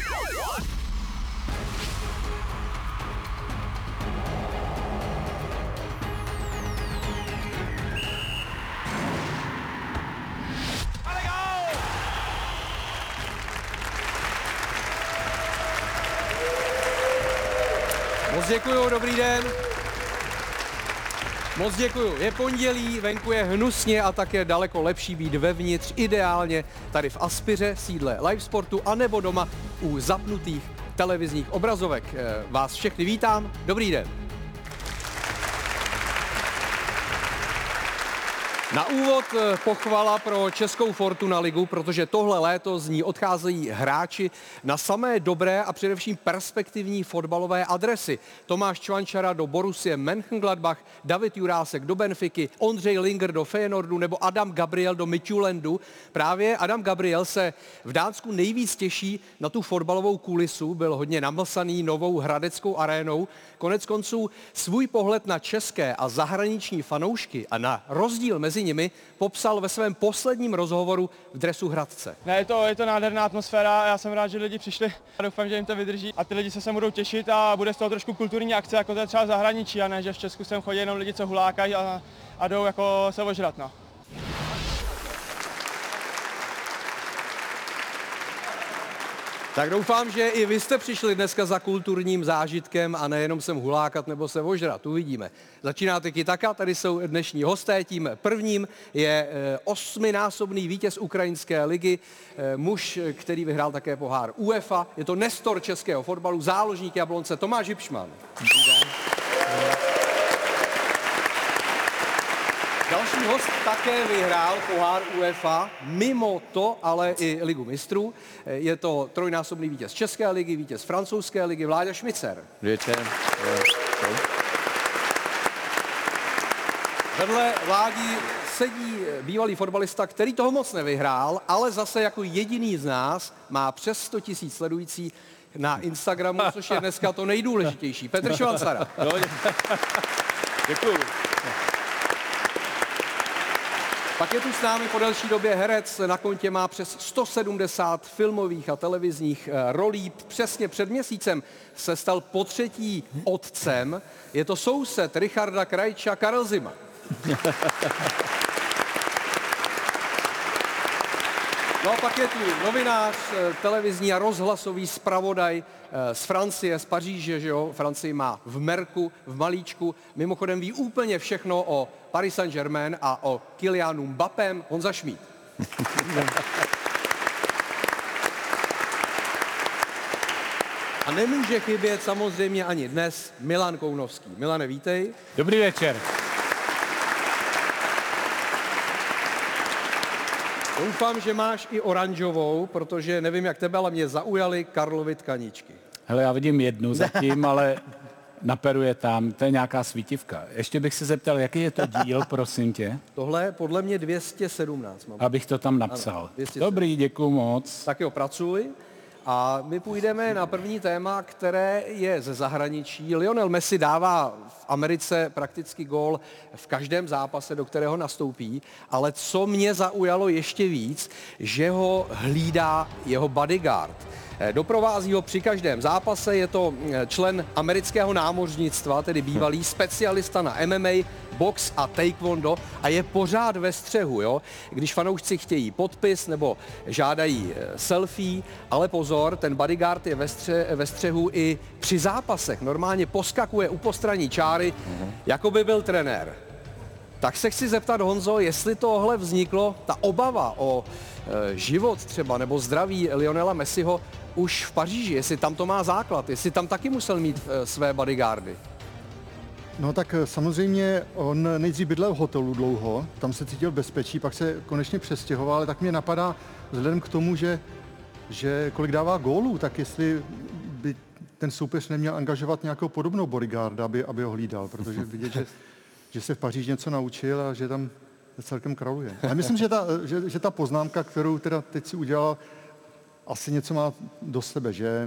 Moc děkuju, dobrý den. Moc děkuju. Je pondělí, venku je hnusně a také daleko lepší být vevnitř, ideálně tady v Aspiře, sídle Live Sportu, anebo doma u zapnutých televizních obrazovek. Vás všechny vítám, dobrý den. Na úvod pochvala pro Českou Fortuna ligu, protože tohle léto z ní odcházejí hráči na samé dobré a především perspektivní fotbalové adresy. Tomáš Čvančara do Borussie Mönchengladbach, David Jurásek do Benfiky, Ondřej Linger do Feyenoordu nebo Adam Gabriel do Midtjyllandu. Právě Adam Gabriel se v Dánsku nejvíc těší na tu fotbalovou kulisu, byl hodně namlsaný novou hradeckou arénou. Konec konců svůj pohled na české a zahraniční fanoušky a na rozdíl mezi nimi popsal ve svém posledním rozhovoru v dresu Hradce. Ne, je to nádherná atmosféra a já jsem rád, že lidi přišli. Doufám, že jim to vydrží a ty lidi se budou těšit a bude z toho trošku kulturní akce, jako to je třeba v zahraničí, a ne, že v Česku sem chodí jenom lidi, co hulákají a jdou jako se ožrat. No. Tak doufám, že i vy jste přišli dneska za kulturním zážitkem a nejenom sem hulákat nebo se ožrat. Uvidíme. Začíná Tiki Taka, tady jsou dnešní hosté. Tím prvním je 8násobný vítěz ukrajinské ligy, muž, který vyhrál také pohár UEFA. Je to nestor českého fotbalu, záložník Jablonce Tomáš Hipšman. Další host také vyhrál pohár UEFA, mimo to ale i ligu mistrů. Je to trojnásobný vítěz České ligy, vítěz francouzské ligy Vláďa Šmicer. Vedle Vládi sedí bývalý fotbalista, který toho moc nevyhrál, ale zase jako jediný z nás má přes 100 000 sledující na Instagramu, což je dneska to nejdůležitější. Petr Švancara. Děkuju. Pak je tu s námi po delší době herec, na kontě má přes 170 filmových a televizních rolí. Přesně před měsícem se stal potřetí otcem. Je to soused Richarda Krajča, Karel Zima. No a pak je tu novinář, televizní a rozhlasový zpravodaj z Francie, z Paříže, že jo? Francii má v merku, v malíčku. Mimochodem ví úplně všechno o Paris Saint-Germain a o Kylianu Mbappém. Honza Šmíd. A nemůže chybět samozřejmě ani dnes Milan Kounovský. Milane, vítej. Dobrý večer. Doufám, že máš i oranžovou, protože nevím, jak tebe, ale mě zaujaly Karlovy tkaničky. Hele, já vidím jednu zatím, ale na peru je tam, to je nějaká svítivka. Ještě bych se zeptal, jaký je to díl, prosím tě? Tohle podle mě 217. Mám. Abych to tam napsal. Ano, 217. Dobrý, děkuju moc. Tak jo, pracuj. A my půjdeme na první téma, které je ze zahraničí. Lionel Messi dává v Americe prakticky gól v každém zápase, do kterého nastoupí, ale co mě zaujalo ještě víc, že ho hlídá jeho bodyguard. Doprovází ho při každém zápase, je to člen amerického námořnictva, tedy bývalý specialista na MMA, box a taekwondo a je pořád ve střehu, jo? Když fanoušci chtějí podpis nebo žádají selfie, ale pozor, ten bodyguard je ve střehu i při zápasech. Normálně poskakuje u postranní čáry, jako by byl trenér. Tak se chci zeptat, Honzo, jestli tohle vzniklo, ta obava o život třeba nebo zdraví Lionela Messiho už v Paříži, jestli tam to má základ, jestli tam taky musel mít své bodyguardy. No tak samozřejmě on nejdřív bydlel v hotelu dlouho, tam se cítil bezpečí, pak se konečně přestěhoval, ale tak mě napadá vzhledem k tomu, že kolik dává gólů, tak jestli by ten soupeř neměl angažovat nějakou podobnou bodyguarda, aby ho hlídal, protože vidět, že se v Paříži něco naučil a že tam celkem králuje. A myslím, že ta poznámka, kterou teda teď si udělal, asi něco má do sebe, že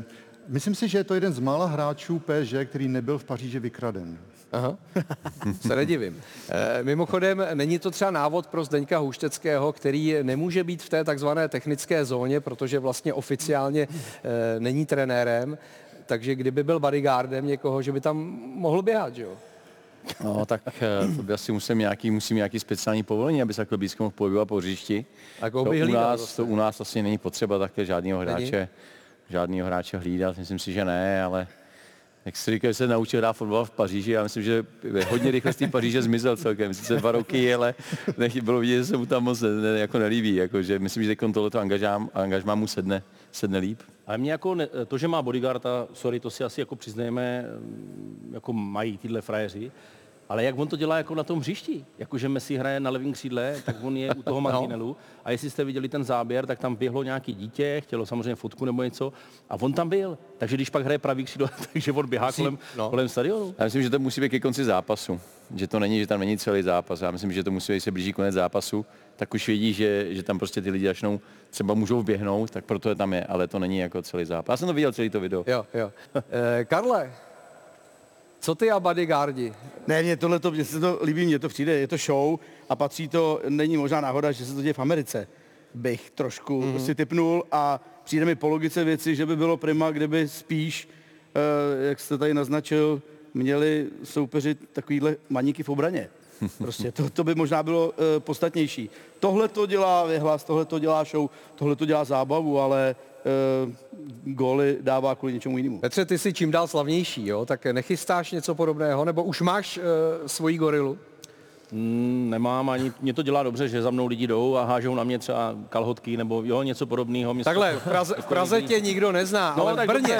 myslím si, že je to jeden z mála hráčů PSG, který nebyl v Paříži vykraden. Aha, se nedivím. Mimochodem, není to třeba návod pro Zdeňka Houšteckého, který nemůže být v té takzvané technické zóně, protože vlastně oficiálně není trenérem, takže kdyby byl bodyguardem někoho, že by tam mohl běhat, že jo? No, tak to by asi musím nějaký speciální povolení, aby se takhle blízko mohl pohybovat po hřišti. To u nás asi není potřeba také žádného hráče hlídat, myslím si, že ne, ale jak si říkal, že se naučil hrát fotbal v Paříži, já myslím, že hodně rychle z té Paříže zmizel celkem, sice 2 roky, ale bylo vidět, že se mu tam moc jako nelíbí, jako, že myslím, že tohleto angažmá mu sedne líp. Ale mě jako to, že má bodyguarda, sorry, to si asi jako přiznajeme, jako mají tyhle frajeři, ale jak on to dělá jako na tom hřišti, jakože Messi hraje na levém křídle, tak on je u toho mantinelu a jestli jste viděli ten záběr, tak tam běhlo nějaký dítě, chtělo samozřejmě fotku nebo něco a on tam byl. Takže když pak hraje pravý křídlo, takže on běhá kolem stadionu. Já myslím, že to musí být ke konci zápasu, že tam není celý zápas. Já myslím, že to musí být, se blíží konec zápasu, tak už vědí, že tam prostě ty lidi začnou, třeba můžou vběhnout, tak proto je tam je, ale to není jako celý zápas. Já jsem to viděl, celý to video. Jo. Karle, co ty a bodyguardi? Ne, mně se to líbí, mně to přijde, je to show a patří to, není možná náhoda, že se to děje v Americe. Bych trošku si tipnul a přijde mi po logice věci, že by bylo prima, kdyby spíš, jak jste tady naznačil, měli soupeřit takovýhle maníky v obraně. Prostě to by možná bylo podstatnější. Tohle to dělá vyhlas, tohle to dělá show, tohle to dělá zábavu, ale góly dává kvůli něčemu jinému. Petře, ty jsi čím dál slavnější, jo? Tak nechystáš něco podobného, nebo už máš svoji gorilu? Nemám, ani mě to dělá dobře, že za mnou lidi jdou a hážou na mě třeba kalhotky nebo něco podobného. Takhle, v Praze tě nikdo nezná, ale v Brně.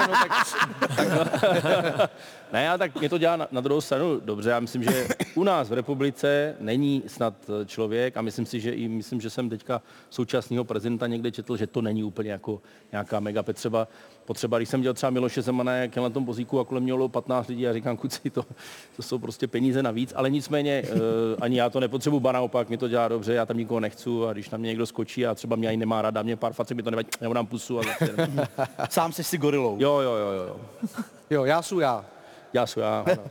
Ne, tak mě to dělá na druhou stranu dobře. Já myslím, že u nás v republice není snad člověk a myslím, že jsem teďka současného prezidenta někde četl, že to není úplně jako nějaká mega potřeba. Když jsem dělal třeba Miloše Zemana, jak na tom vozíku a kolem mělo 15 lidí a říkám, kuci, to jsou prostě peníze navíc, ale nicméně ani já to nepotřebuji, ba naopak, mi to dělá dobře, já tam nikoho nechci a když na mě někdo skočí a třeba mě ani nemá ráda, mě pár facek mi to nevadí, já mu dám pusu a zase. Sám jsi si gorilou. Jo. Jo, já jsem já. Já jsem já, ano.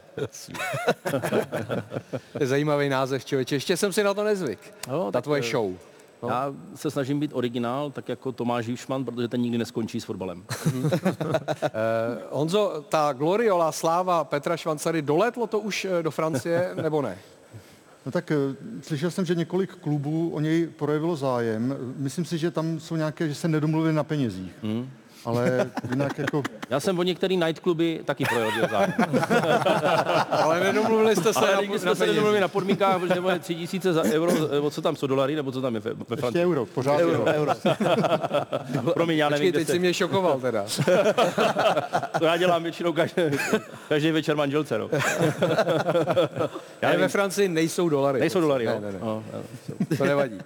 To je zajímavý název, člověče. Ještě jsem si na to nezvyk. Ta tvoje show. No. Já se snažím být originál, tak jako Tomáš Hivšman, protože ten nikdy neskončí s fotbalem. Honzo, ta gloriola sláva Petra Švancary, dolétlo to už do Francie, nebo ne? No tak slyšel jsem, že několik klubů o něj projevilo zájem. Myslím si, že tam jsou nějaké, že se nedomluvili na penězích. Ale jinak jako... Já jsem o některý nightkluby taky projevil zájem. Ale nedomluvili jste se nedomluvili na podmínkách, protože moje 3000 euro, co tam jsou dolary, nebo co tam je ve Francii? Euro, pořád Euro. Promiň, já nevím, teď jsi mě šokoval teda. To já dělám většinou každý večer manželce, no. Ale ve Francii nejsou dolary. Nejsou dolary, jo. Ne. To nevadí.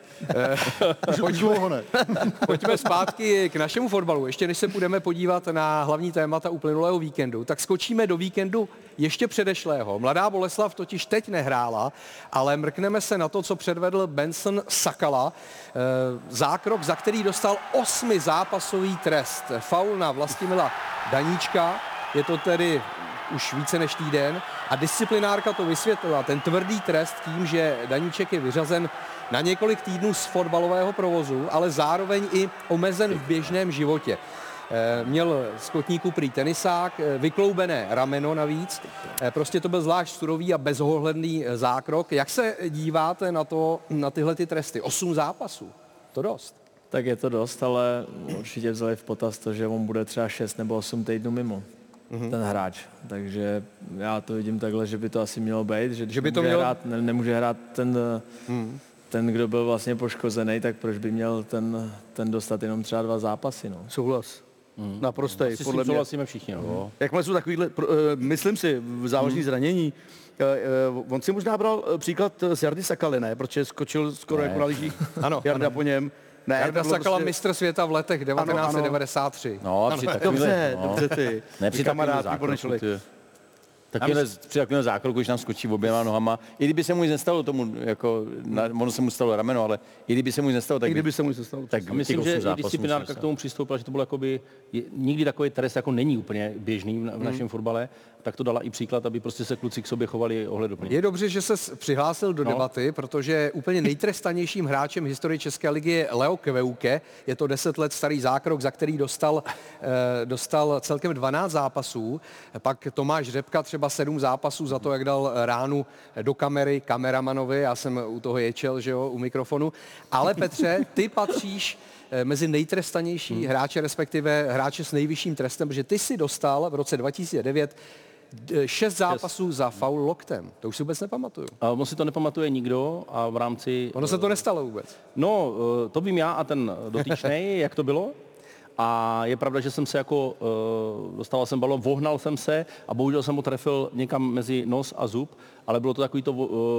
Pojďme zpátky k našemu fotbalu. Ještě než se budeme podívat na hlavní témata uplynulého víkendu, tak skočíme do víkendu ještě předešlého. Mladá Boleslav totiž teď nehrála, ale mrkneme se na to, co předvedl Benson Sakala. Zákrok, za který dostal 8zápasový trest. Faul na Vlastimila Daníčka, je to tedy už více než týden a disciplinárka to vysvětlila, ten tvrdý trest tím, že Daníček je vyřazen na několik týdnů z fotbalového provozu, ale zároveň i omezen v běžném životě. Měl z kotníku prý tenisák, vykloubené rameno navíc. Prostě to byl zvlášť surový a bezohledný zákrok. Jak se díváte na tyhle ty tresty? 8 zápasů, to dost. Tak je to dost, ale určitě vzali v potaz to, že on bude třeba 6 nebo 8 týdnů mimo. Ten hráč. Takže já to vidím takhle, že by to asi mělo být, že by to hrát, nemůže hrát ten, kdo byl vlastně poškozený, tak proč by měl ten dostat jenom třeba 2 zápasy, no. Souhlas. Naprostej, podle mě. Souhlasíme všichni, no. Jakmile jsou takovýhle, myslím si, závažné zranění, on si možná bral příklad z Jardy Sakaly, ne? Protože skočil skoro jako na lyžích Jarda po něm. Ne, Jarda Sakala mistr světa v letech 1993. Dobře ty. Ne, při kamarád, výborný člověk. Při takovém zákroku, když nám skočí oběma nohama, i kdyby se mu nic nestalo tomu, jako, ono se mu stalo rameno, ale i kdyby se mu nic nestalo, tak myslím, že i disciplinárka k tomu přistoupila, že to bylo jakoby, nikdy takový trest jako není úplně běžný v našem fotbale, tak to dala i příklad, aby prostě se kluci k sobě chovali ohleduplně. Je dobře, že se přihlásil do debaty, protože úplně nejtrestanějším hráčem historie České ligy je Leo Kveuke. Je to 10 let starý zákrok, za který dostal celkem 12 zápasů. Pak Tomáš Řepka třeba 7 zápasů za to, jak dal ránu do kamery kameramanovi. Já jsem u toho ječel, že jo, u mikrofonu. Ale Petře, ty patříš mezi nejtrestanější hráče, respektive hráče s nejvyšším trestem, protože ty si dostal v roce 2009 6 zápasů za faul loktem. To už si vůbec nepamatuju. On si to nepamatuje nikdo a v rámci... Ono se to nestalo vůbec. No, to vím já a ten dotyčnej, jak to bylo. A je pravda, že jsem se jako, dostal jsem balon, vohnal jsem se a bohužel jsem ho trefil někam mezi nos a zub, ale bylo to takový to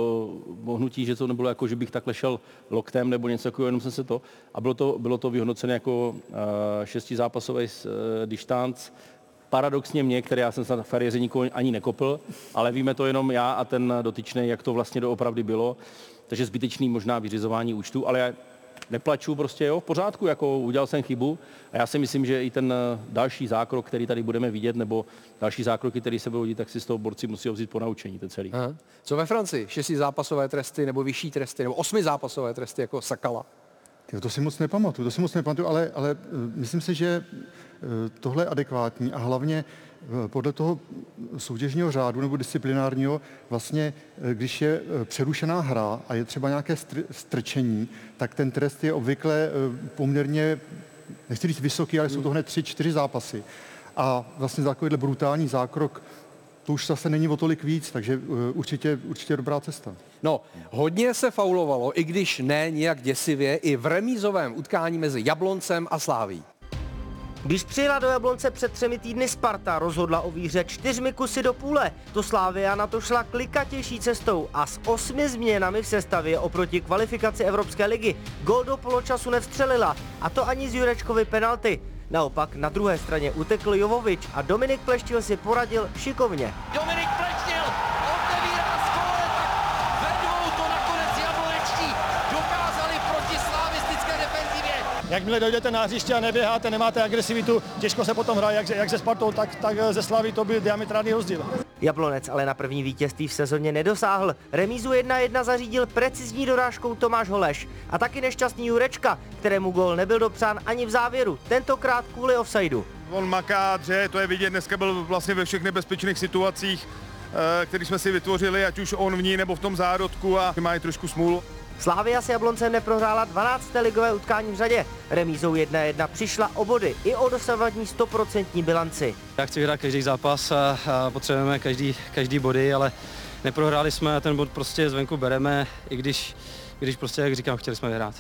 vohnutí, že to nebylo jako, že bych takhle šel loktem nebo něco takového, jenom jsem se to. A bylo to vyhodnocené jako 6zápasový distanc. Paradoxně mě, který já jsem se na kariéře nikoho ani nekopl, ale víme to jenom já a ten dotyčný, jak to vlastně doopravdy bylo. Takže zbytečný možná vyřizování účtu, ale já neplaču prostě, jo, v pořádku, jako udělal jsem chybu a já si myslím, že i ten další zákrok, který tady budeme vidět, nebo další zákroky, který se budou hodit, tak si z toho borci musí vzít po naučení, ten celý. Aha. Co ve Francii? 6zápasové tresty nebo vyšší tresty, nebo 8zápasové tresty jako Sakala? To si moc nepamatuju, ale myslím si, že tohle je adekvátní a hlavně podle toho soutěžního řádu nebo disciplinárního vlastně, když je přerušená hra a je třeba nějaké strčení, tak ten trest je obvykle poměrně, nechci říct vysoký, ale jsou to hned 3-4 zápasy. A vlastně takovýhle brutální zákrok, to už zase není o tolik víc, takže určitě dobrá cesta. No, hodně se faulovalo, i když ne nijak děsivě, i v remízovém utkání mezi Jabloncem a Slavií. Když přijela do Jablonce před 3 týdny Sparta, rozhodla o výhře 4 kusy do půle. To Slavia na to šla klikatější cestou a s 8 změnami v sestavě oproti kvalifikaci Evropské ligy gól do poločasu nevstřelila, a to ani z Jurečkovy penalty. Naopak na druhé straně utekl Jovovič a Dominik Pleštil si poradil šikovně. Dominik Pleštil otevírá skóre, tak vedou to nakonec jablonečtí. Dokázali proti slavistické defenzivě. Jakmile dojdete na hřiště a neběháte, nemáte agresivitu, těžko se potom hraje, jak se Spartou, tak ze Slaví to byl diametrální rozdíl. Jablonec ale na první vítězství v sezóně nedosáhl. Remízu 1-1 zařídil precizní dorážkou Tomáš Holeš a taky nešťastný Jurečka, kterému gól nebyl dopřán ani v závěru, tentokrát kvůli offsideu. On maká, že to je vidět, dneska byl vlastně ve všech nebezpečných situacích, které jsme si vytvořili, ať už on v ní nebo v tom zárodku, a má i trošku smůlu. Slavia s Jabloncem neprohrála 12. ligové utkání v řadě. Remízou 1-1 přišla o body i o dosavadní 100% bilanci. Já chci vyhrát každý zápas a potřebujeme každý body, ale neprohráli jsme a ten bod prostě zvenku bereme, i když prostě, jak říkám, chtěli jsme vyhrát.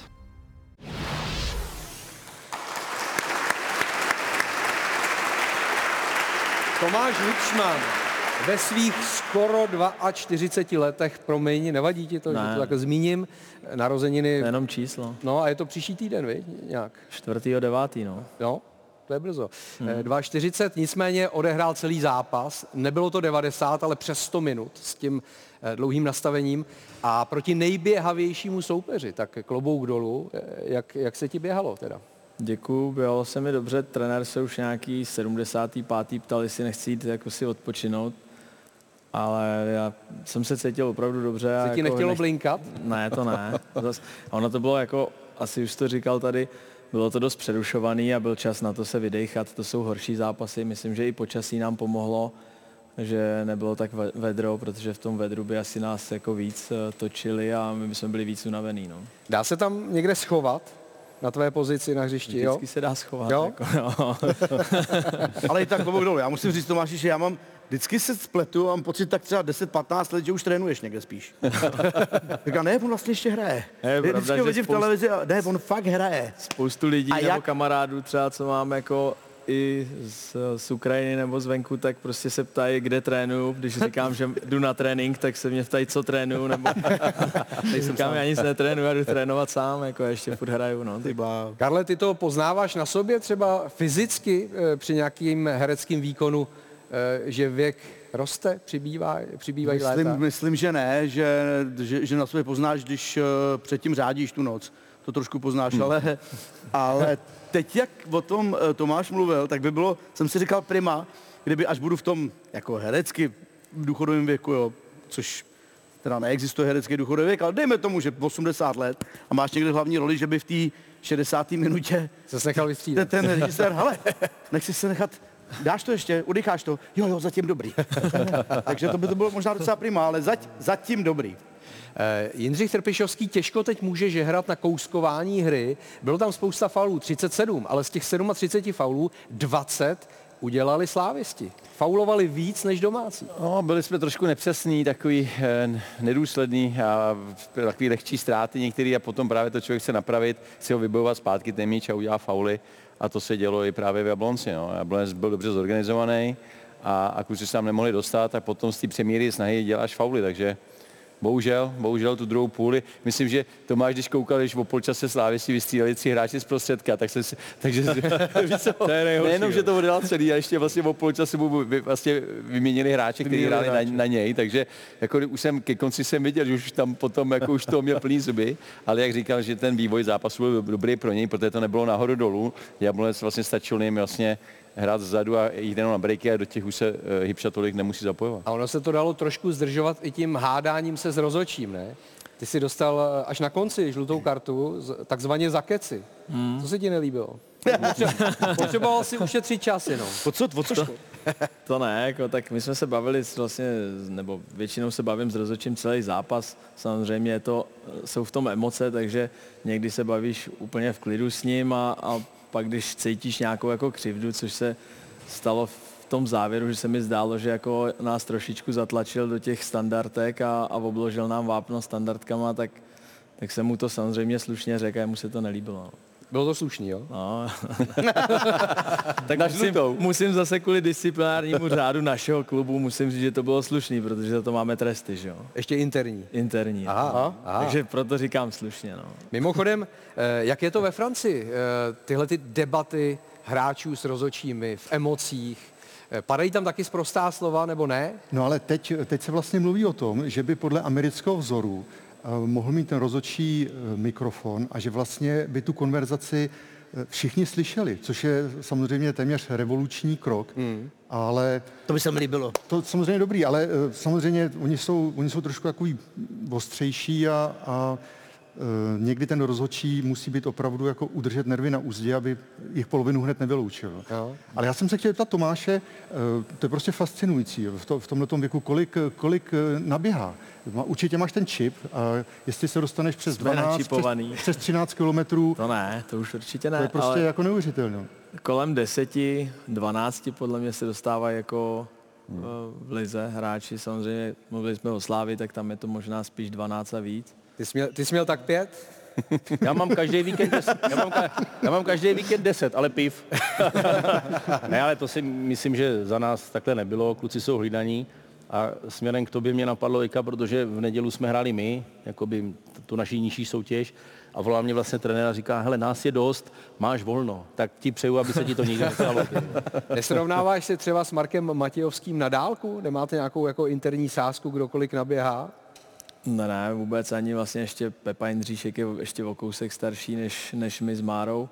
Tomáš Lučman ve svých skoro 42 letech, promiň, nevadí ti to, že to takhle zmíním, narozeniny... To je jenom číslo. No a je to příští týden, viď? Nějak. 4.9. no. Jo, to je brzo. 2.40, nicméně odehrál celý zápas, nebylo to 90, ale přes 100 minut s tím dlouhým nastavením a proti nejběhavějšímu soupeři, tak klobouk dolů, jak se ti běhalo teda? Děkuju, běhalo se mi dobře, trenér se už nějaký 75. ptal, jestli nechci jít jako si odpočinout, ale já jsem se cítil opravdu dobře. Se ti jako nechtělo blinkat? Ne, to ne. Ono to bylo jako, asi už to říkal tady, bylo to dost přerušovaný a byl čas na to se vydechat, to jsou horší zápasy, myslím, že i počasí nám pomohlo, že nebylo tak vedro, protože v tom vedru by asi nás jako víc točili a my bychom byli víc unavený. No. Dá se tam někde schovat? Na tvé pozici na hřišti, jo? Vždycky se dá schovat. Jo? Jako, no. Ale i tak klobouk dolů. Já musím říct, Tomáši, že já mám vždycky se spletu a mám pocit tak třeba 10-15 let, že už trénuješ někde spíš. Říká, ne, on vlastně ještě hraje. Vždycky ho vidím v televizi a ne, on fakt hraje. Spoustu lidí nebo kamarádů třeba, co mám jako i z Ukrajiny nebo zvenku, tak prostě se ptají, kde trénuju. Když říkám, že jdu na trénink, tak se mě ptají, co trénuju, nebo říkám, já nic netrénuju, já jdu trénovat sám, jako ještě furt hraju, no. Karle, ty to poznáváš na sobě třeba fyzicky při nějakým hereckým výkonu že věk roste, přibývají léta? Myslím, že ne, že na sobě poznáš, když předtím řádíš tu noc. To trošku poznáš, ale teď, jak o tom Tomáš mluvil, tak by bylo, jsem si říkal prima, kdyby až budu v tom jako herecky v důchodovém věku, jo, což teda neexistuje herecký důchodový věk, ale dejme tomu, že 80 let a máš někde hlavní roli, že by v té 60. minutě se nechal vystřídat. Ten režisér, hele, nechci se nechat, dáš to ještě, udýcháš to, jo, zatím dobrý. Takže to by to bylo možná docela prima, ale zatím dobrý. Jindřich Trpišovský těžko teď může žehrat na kouskování hry. Bylo tam spousta faulů, 37, ale z těch 37 faulů 20 udělali slávisti. Faulovali víc než domácí. No, byli jsme trošku nepřesní, takový nedůsledný a takový lehčí ztráty některý a potom právě to člověk chce napravit, chce ho vybojovat zpátky ten míč a udělá fauly a to se dělo i právě v Jablonci. No. Jablonec byl dobře zorganizovaný a kluci se tam nemohli dostat a potom z té přemíry snahy děláš fauly, takže bohužel tu druhou půli. Myslím, že Tomáš, když koukal, když o polčase Slávy si vystřídali 3 hráči z prostředka, takže nejenom, že to oddělal celý a ještě vlastně o polčase mu vlastně vyměnili hráče, kteří hráli na něj, takže jako už jsem ke konci jsem viděl, že už tam potom jako už to měl plný zuby, ale jak říkal, že ten vývoj zápasu byl dobrý pro něj, protože to nebylo nahoru dolů. Jablonec vlastně stačil jim vlastně hrát zadu a jít jenom na breaky a do těch už se Hybša tolik nemusí zapojovat. A ono se to dalo trošku zdržovat i tím hádáním se s rozhodčím, ne? Ty jsi dostal až na konci žlutou kartu, takzvaně za keci. Co se ti nelíbilo? Potřeboval si ušetřit čas jenom. O co šlo? To ne, jako, tak my jsme se bavili vlastně, nebo většinou se bavím s rozhodčím celý zápas. Samozřejmě jsou v tom emoce, takže někdy se bavíš úplně v klidu s ním a pak když cítíš nějakou jako křivdu, což se stalo v tom závěru, že se mi zdálo, že jako nás trošičku zatlačil do těch standardek a obložil nám vápno standardkama, tak jsem mu to samozřejmě slušně řekl a mu se to nelíbilo. Bylo to slušný, jo? No. Tak musím zase kvůli disciplinárnímu řádu našeho klubu musím říct, že to bylo slušný, protože za to máme tresty, že jo? Ještě interní. Interní. Aha. Takže proto říkám slušně, no. Mimochodem, jak je to ve Francii? Tyhle ty debaty hráčů s rozhodčími v emocích, padají tam taky sprostá slova, nebo ne? No ale teď se vlastně mluví o tom, že by podle amerického vzoru mohl mít ten rozhodčí mikrofon a že vlastně by tu konverzaci všichni slyšeli, což je samozřejmě téměř revoluční krok, ale... To by se mi líbilo. To samozřejmě dobrý, ale samozřejmě oni jsou trošku takový ostřejší a někdy ten rozhodčí musí být opravdu jako udržet nervy na uzdě, aby jich polovinu hned nevyloučil. Jo. Ale já jsem se chtěl zeptat Tomáše, to je prostě fascinující v tomhletom věku, kolik naběhá. Určitě máš ten čip a jestli se dostaneš přes 12, přes 13 kilometrů... To ne, to už určitě ne. To je prostě jako neuvěřitelné. Kolem 10, 12 podle mě se dostávají jako v lize hráči. Samozřejmě mluvili jsme o Slávii, tak tam je to možná spíš 12 a víc. Ty jsi měl tak 5? Já mám každý víkend 10. Já mám každý víkend 10, ale piv. Ne, ale to si myslím, že za nás takhle nebylo. Kluci jsou hlídaní a směrem k tobě mě napadlo Ika, protože v neděli jsme hráli my, jakoby tu naší nižší soutěž a volá mě vlastně trenér a říká, hele, nás je dost, máš volno, tak ti přeju, aby se ti to nikdy nestalo. Nesrovnáváš se třeba s Markem Matějovským na dálku? Nemáte nějakou jako interní sázku, kdo kolik naběhá? Ne, vůbec ani vlastně ještě Pepa Jindříšek je ještě o kousek starší než my s Márou.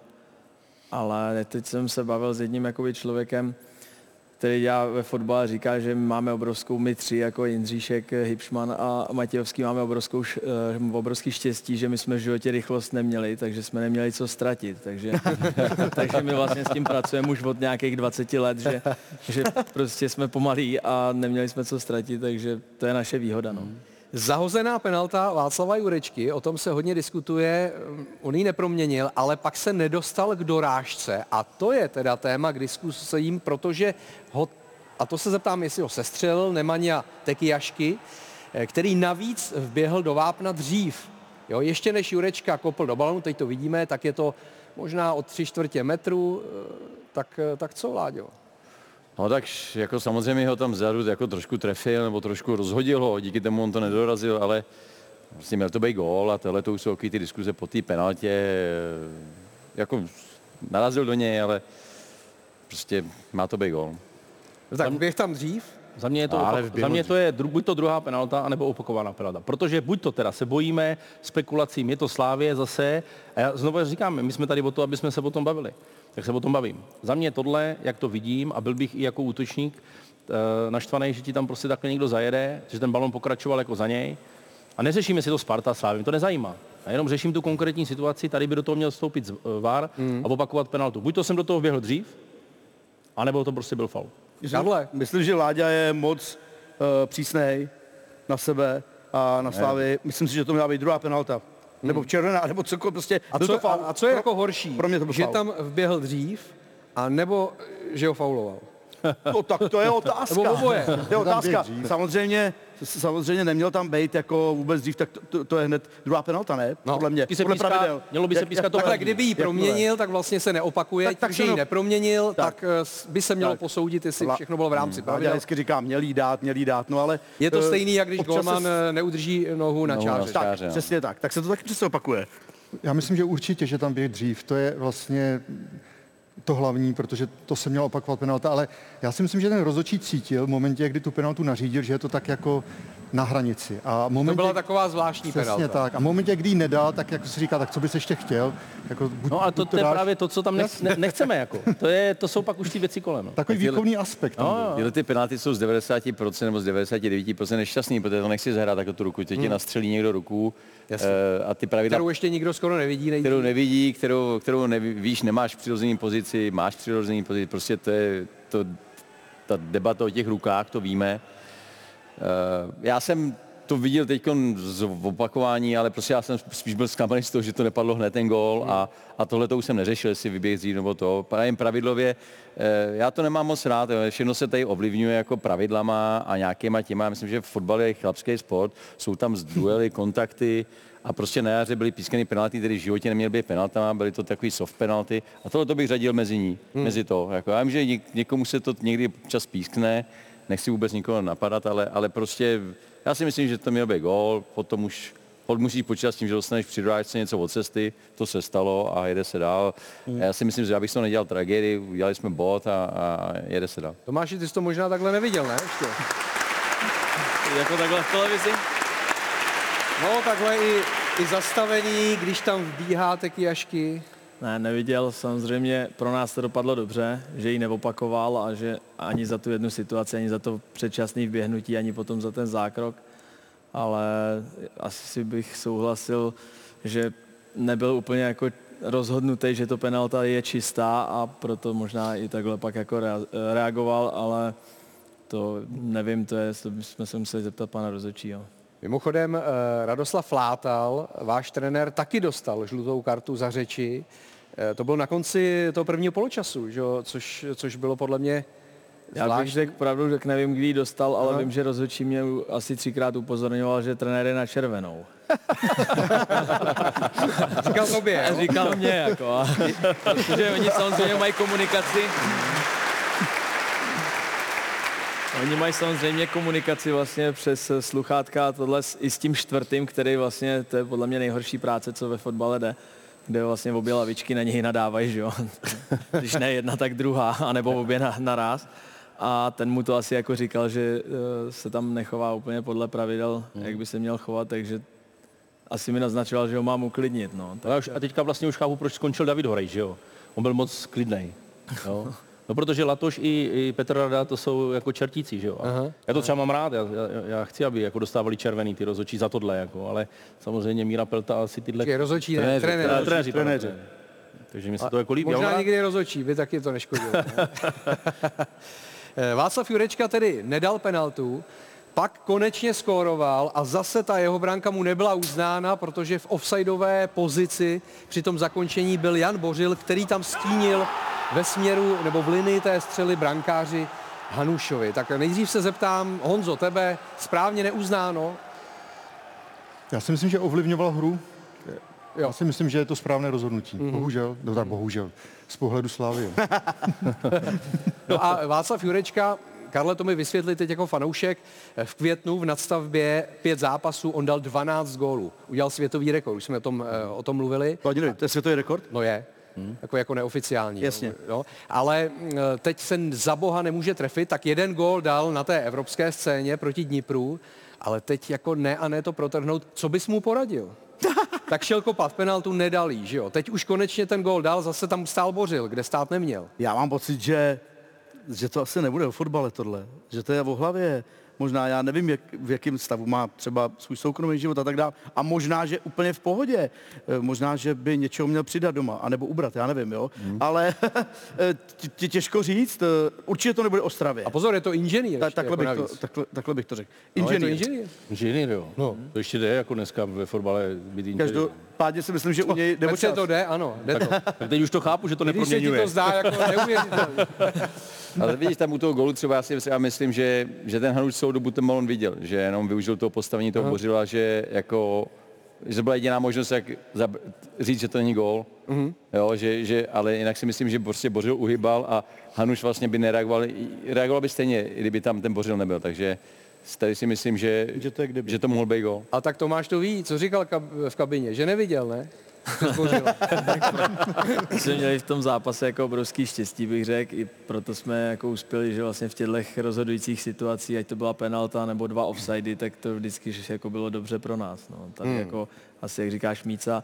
Ale teď jsem se bavil s jedním jakoby člověkem, který dělá ve fotbale, říká, že máme my 3 jako Jindříšek, Hybšman a Matějovský máme obrovský štěstí, že my jsme v životě rychlost neměli, takže jsme neměli co ztratit. Takže my vlastně s tím pracujeme už od nějakých 20 let, že prostě jsme pomalí a neměli jsme co ztratit, takže to je naše výhoda. No. Zahozená penalta Václava Jurečky, o tom se hodně diskutuje, on ji neproměnil, ale pak se nedostal k dorážce a to je teda téma k diskusím, protože a to se zeptám, jestli ho sestřelil Nemanja Tekijašky, který navíc vběhl do vápna dřív. Jo, ještě než Jurečka kopl do balonu, teď to vidíme, tak je to možná od 3/4 metru, tak co, Láďo? No tak jako samozřejmě ho tam vzadu jako trošku trefil nebo trošku rozhodil ho, díky tomu on to nedorazil, ale vlastně měl to být gól a tohle to už jsou takový ty diskuze po té penaltě, jako narazil do něj, ale prostě má to být gól. Tak běh tam dřív? Za mě to je buď to druhá penalta, anebo opakovaná penalta. Protože buď to teda se bojíme spekulacím, je to Slávie zase. A já znovu říkám, my jsme tady o to, aby jsme se o tom bavili. Tak se o tom bavím. Za mě tohle, jak to vidím, a byl bych i jako útočník naštvaný, že ti tam prostě takhle někdo zajede, že ten balon pokračoval jako za něj. A neřeším, jestli to Sparta, Slávy, to nezajímá. A jenom řeším tu konkrétní situaci, tady by do toho měl vstoupit VAR a opakovat penaltu. Buď to jsem do toho vběhl dřív, anebo to prostě byl faul. Myslím, že Láďa je moc přísnej na sebe a na Slávy. Myslím si, že to měla být druhá penalta. Nebo červená, nebo cokoliv prostě. A co je jako horší? Pro mě to byl že faul. tam vběhl dřív, a nebo že ho fauloval? No tak to je otázka. Nebo oboje. To je otázka. Samozřejmě neměl tam být jako vůbec dřív, tak to je hned druhá penalta, ne? Podle mě. Podle pravidel. Mělo by se pískat to. Takhle, kdyby ji proměnil, tak vlastně se neopakuje. Tím, že ji neproměnil, tak by se mělo posoudit, jestli všechno bylo v rámci pravidel. Já vždycky říkám, měl jí dát, no ale... Je to stejný, jak když golman neudrží nohu na čáře. Tak, přesně tak. Tak se to taky přesně opakuje. Já myslím, že určitě, že tam běh dřív, to je vlastně to hlavní, protože to se mělo opakovat penalta, ale já si myslím, že ten rozhodčí cítil v momentě, kdy tu penaltu nařídil, že je to tak jako na hranici. A momentě, to byla taková zvláštní penalta. Přesně tak. A v momentě, kdy ji nedal, tak jako se říká, tak co bys ještě chtěl? Jako, no a to je právě to, co tam nechceme. Jako. To jsou pak už ty věci kolem. No. Takový výchovný aspekt. Tyhle ty penalty jsou z 90% nebo z 99% nešťastný, protože to nechci zahrát jako tu ruku. Ti nastřelí někdo ruku a ty pravidla... Kterou ještě nikdo skoro nevidí. Kterou nevidí, kterou víš, nemáš přirozený pozici, máš přirozený pozici. Prostě to je ta debata o těch rukách, to víme. Já jsem to viděl teď z opakování, ale prostě já jsem spíš byl zklamaný z toho, že to nepadlo hned ten gól a tohle to už jsem neřešil, jestli vyběh dřív nebo to. Pravidlově, já to nemám moc rád, všechno se tady ovlivňuje jako pravidlama a nějakýma těma. Myslím, že fotbal je chlapský sport, jsou tam duely, kontakty a prostě na jaře byly pískaný penalty, které v životě neměly být penaltama, byly to takový soft penalty a tohle to bych řadil mezi to. Jako, já vím, že někomu se to někdy čas pískne, nechci vůbec nikoho napadat, ale prostě já si myslím, že to měl být gól, potom už musíš počítat s tím, že dostaneš při dorážce něco od cesty, to se stalo a jede se dál. Já si myslím, že já bych to nedělal tragédii, udělali jsme bod a jede se dál. Tomáši, ty jsi to možná takhle neviděl, ne? Ještě? Jako takhle v televizi? No, takhle i zastavení, když tam vbíhá Tekijašky. Ne, neviděl. Samozřejmě pro nás to dopadlo dobře, že ji neopakoval a že ani za tu jednu situaci, ani za to předčasné vběhnutí, ani potom za ten zákrok. Ale asi bych souhlasil, že nebyl úplně jako rozhodnutý, že to penalta je čistá a proto možná i takhle pak jako reagoval, ale to nevím, to bychom se museli zeptat pana rozhodčího. Mimochodem, Radoslav Látal, váš trenér, taky dostal žlutou kartu za řeči. To bylo na konci toho prvního poločasu, že? Což bylo podle mě zvláštní. Já bych řekl pravdu, že nevím, kdy ji dostal, ale vím, že rozhodčí mě asi 3krát upozorňoval, že trenér je na červenou. Říkal tobě, jo? Říkal mě, jako. Protože oni samozřejmě mají komunikaci. Oni mají samozřejmě komunikaci vlastně přes sluchátka a tohle i s tím čtvrtým, který vlastně, to je podle mě nejhorší práce, co ve fotbale jde, kde vlastně obě lavičky na něj nadávají, že jo. Když ne jedna, tak druhá, anebo obě naráz. A ten mu to asi jako říkal, že se tam nechová úplně podle pravidel, jak by se měl chovat, takže asi mi naznačoval, že ho mám uklidnit. No. A teďka vlastně už chápu, proč skončil David Horejš, že jo. On byl moc klidnej. Jo. No, protože Latoš i Petr Rada to jsou jako čertíci, že jo. Já to třeba mám rád, já chci, aby jako dostávali červený ty rozhodčí za tohle, jako, ale samozřejmě Míra Pelta asi tyhle... Rozhodčí, trenéři. Takže mi se to jako líbí. Možná někdy rozhodčí, by taky to neškodilo. Václav Jurečka tedy nedal penaltu, pak konečně skóroval a zase ta jeho branka mu nebyla uznána, protože v offsideové pozici při tom zakončení byl Jan Bořil, který tam stínil ve směru nebo v linii té střely brankáři Hanušovi. Tak nejdřív se zeptám, Honzo, tebe správně neuznáno? Já si myslím, že ovlivňoval hru. Jo. Já si myslím, že je to správné rozhodnutí. Bohužel, no tak bohužel, z pohledu Slávy. No a Václav Jurečka, Karle, to mi vysvětli teď jako fanoušek, v květnu v nadstavbě 5 zápasů, on dal 12 gólů. Udělal světový rekord, už jsme o tom mluvili. To je světový rekord? No je. jako neoficiální. Jasně. Jo. Ale teď se za boha nemůže trefit, tak jeden gól dal na té evropské scéně proti Dnipru, ale teď jako ne a ne to protrhnout. Co bys mu poradil? Tak šel kopat penaltu, nedal jí, že jo. Teď už konečně ten gól dal, zase tam stál Bořil, kde stát neměl. Já mám pocit, že to asi nebude o fotbale tohle, že to je o hlavě. Možná, já nevím, v jakém stavu má třeba svůj soukromý život a tak dále. A možná, že úplně v pohodě. Možná, že by něčeho měl přidat doma, anebo ubrat, já nevím, jo. Ale těžko říct, určitě to nebude o stravě. A pozor, je to inženýr. Takhle bych to řekl. Inženýr, jo. No. To ještě jde, jako dneska ve fotbale být inženýr. Každopádně si myslím, že u něj nebo to jde, ano. Jde to. Tak teď už to chápu, že to neproměňuje. Když se ti to zdá jako neuvěřitelné. Ale vidíš, tam u toho gólu třeba já myslím, že ten Hanuš celou dobu ten balon viděl, že jenom využil toho postavení toho Bořila, že to byla jediná možnost, jak říct, že to není gól. Jo, ale jinak si myslím, že prostě Bořil uhybal a Hanuš vlastně by reagoval by stejně, kdyby tam ten Bořil nebyl, takže tady si myslím, že to mohl být gól. A tak Tomáš to ví, co říkal v kabině, že neviděl, ne? Jsme měli v tom zápase jako obrovský štěstí, bych řekl, i proto jsme jako uspěli, že vlastně v těchto rozhodujících situacích, ať to byla penalta nebo 2 offsidy, tak to vždycky jako bylo dobře pro nás. No. Tady jako asi, jak říkáš Míca,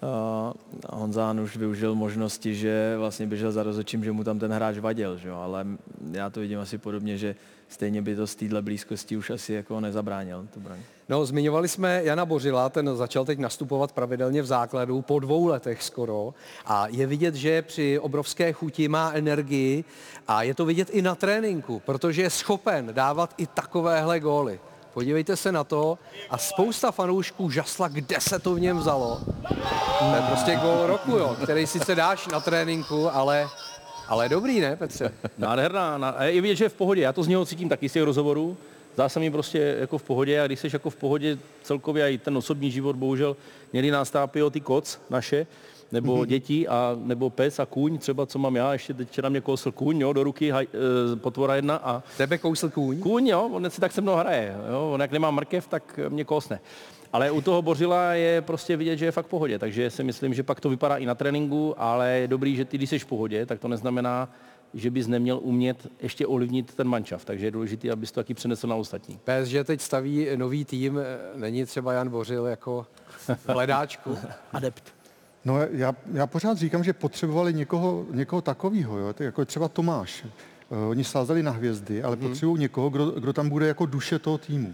Honza Hanuš využil možnosti, že vlastně běžel za rozhodčím, že mu tam ten hráč vadil, že jo? Ale já to vidím asi podobně, že stejně by to z téhle blízkosti už asi jako nezabránil. No, zmiňovali jsme Jana Bořila, ten začal teď nastupovat pravidelně v základu po 2 letech skoro a je vidět, že při obrovské chuti má energii a je to vidět i na tréninku, protože je schopen dávat i takovéhle góly. Podívejte se na to a spousta fanoušků žasla, kde se to v něm vzalo. To je prostě gól roku, jo, který sice dáš na tréninku, ale dobrý, ne, Petře? Nádherná. A je vidět, že je v pohodě. Já to z něho cítím taky z těch rozhovorů. Zdá se mi prostě jako v pohodě a když jsi jako v pohodě celkově a i ten osobní život, bohužel někdy nás tápí ty koc naše, nebo děti, a nebo pes a kůň, třeba co mám já, ještě teď na mě kousl kůň, jo, do ruky, potvora jedna a... Tebe kousl kůň? Kůň, jo, on si tak se mnou hraje, jo, on jak nemá mrkev, tak mě kousne. Ale u toho Bořila je prostě vidět, že je fakt v pohodě, takže si myslím, že pak to vypadá i na tréninku, ale je dobrý, že ty, když jsi v pohodě, tak to neznamená, že bys neměl umět ještě ovlivnit ten manšaft, takže je důležité, abys to taky přenesl na ostatní. PSG teď staví nový tým, není třeba Jan Bořil jako hledáčku? Adept. No já pořád říkám, že potřebovali někoho takového, jo? Jako třeba Tomáš. Oni sázeli na hvězdy, ale potřebují někoho, kdo tam bude jako duše toho týmu.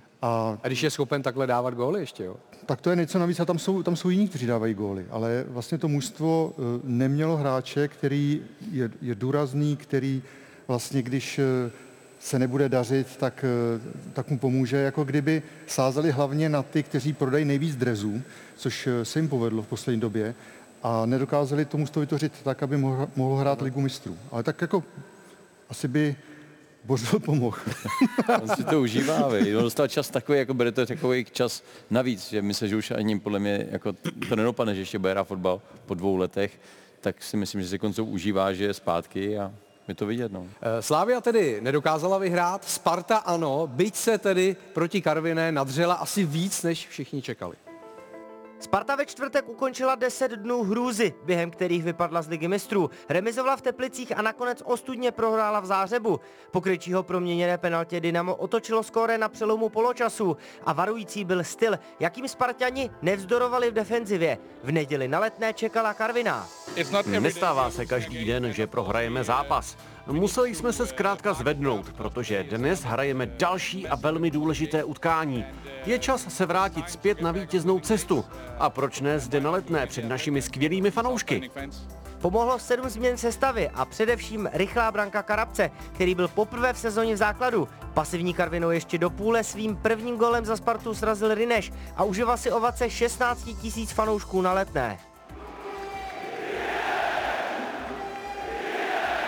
A když je schopen takhle dávat góly ještě, jo? Tak to je něco navíc a tam jsou jiní, kteří dávají góly, ale vlastně to mužstvo nemělo hráče, který je důrazný, který vlastně, když se nebude dařit, tak mu pomůže, jako kdyby sázeli hlavně na ty, kteří prodají nejvíc drezů, což se jim povedlo v poslední době, a nedokázali to mužstvo vytvořit tak, aby mohlo hrát Ligu mistrů. Ale tak jako asi by Bořil pomohl. On si to užívá, on dostal čas takový, jako bude to takový čas navíc, že myslím, že už ani podle mě jako to nedopadne, že ještě bude hrát fotbal po 2 letech, tak si myslím, že si konců užívá, že je zpátky a je to vidět. No. Slavia tedy nedokázala vyhrát, Sparta ano, byť se tedy proti Karviné nadřela asi víc, než všichni čekali. Sparta ve čtvrtek ukončila 10 dnů hrůzy, během kterých vypadla z Ligy mistrů. Remizovala v Teplicích a nakonec ostudně prohrála v Záhřebu. Po Krejčího proměněné penaltě Dynamo otočilo skóre na přelomu poločasu a varující byl styl, jakým Sparťani nevzdorovali v defenzivě. V neděli na Letné čekala Karviná. Nestává se každý den, že prohrajeme zápas. Museli jsme se zkrátka zvednout, protože dnes hrajeme další a velmi důležité utkání. Je čas se vrátit zpět na vítěznou cestu. A proč ne zde na Letné před našimi skvělými fanoušky? Pomohlo 7 změn sestavy a především rychlá branka Karabce, který byl poprvé v sezóně v základu. Pasivní Karvinou ještě do půle svým prvním golem za Spartu srazil Rineš a užila si ovace 16 000 fanoušků na Letné.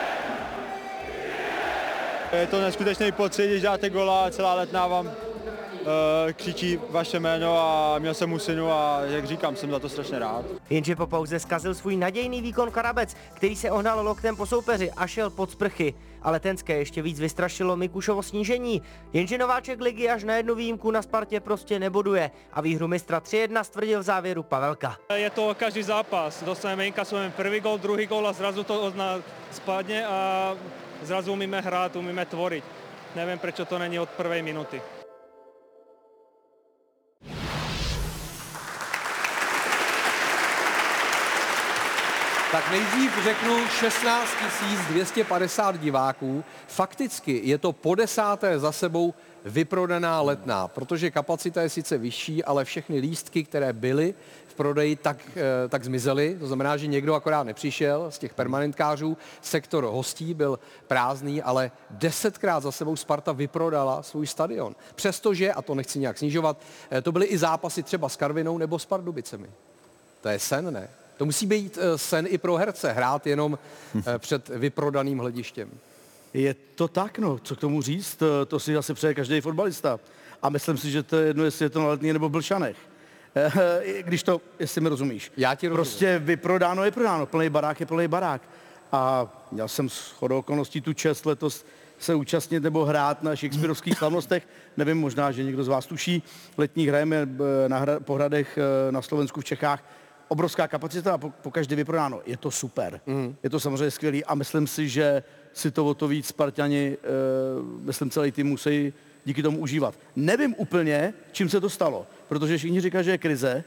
Je to neskutečný pocit, když dáte gola a celá Letná vám křičí vaše jméno a měl jsem husinu a jak říkám, jsem za to strašně rád. Jenže po pauze zkazil svůj nadějný výkon Karabec, který se ohnal loktem po soupeři a šel pod sprchy. Ale Tenské ještě víc vystrašilo Mikušovo snížení, jenže nováček ligy až na jednu výjimku na Spartě prostě neboduje a výhru mistra 3-1 stvrdil v závěru Pavelka. Je to každý zápas, dostaneme inkasujeme prvý gól, druhý gól a zrazu to od nás spadne a zrazu umíme hrát, umíme tvoriť. Nevím, proč to není od prvej minuty. Tak nejdřív řeknu 16 250 diváků. Fakticky je to po 10. za sebou vyprodaná Letná, protože kapacita je sice vyšší, ale všechny lístky, které byly v prodeji, tak zmizely. To znamená, že někdo akorát nepřišel z těch permanentkářů. Sektor hostí byl prázdný, ale 10krát za sebou Sparta vyprodala svůj stadion. Přestože, a to nechci nějak snižovat, to byly i zápasy třeba s Karvinou nebo s Pardubicemi. To je sen, ne? To musí být sen i pro herce, hrát jenom před vyprodaným hledištěm. Je to tak, no, co k tomu říct, to si asi přeje každý fotbalista. A myslím si, že to je jedno, jestli je to na Letný nebo v Blšanech. Když to, jestli mi rozumíš. Já ti rozumím. Prostě vyprodáno je prodáno, plný barák je plný barák. A měl jsem shodou okolností tu čest letos se účastnit nebo hrát na shakespearovských slavnostech. Nevím, možná, že někdo z vás tuší. Letní hrajeme po hradech na Slovensku, v Čechách. Obrovská kapacita a po každý vyprodáno. Je to super. Je to samozřejmě skvělý a myslím si, že si to o to víc Sparťani, myslím celý tým musí díky tomu užívat. Nevím úplně, čím se to stalo, protože všichni říkají, že je krize,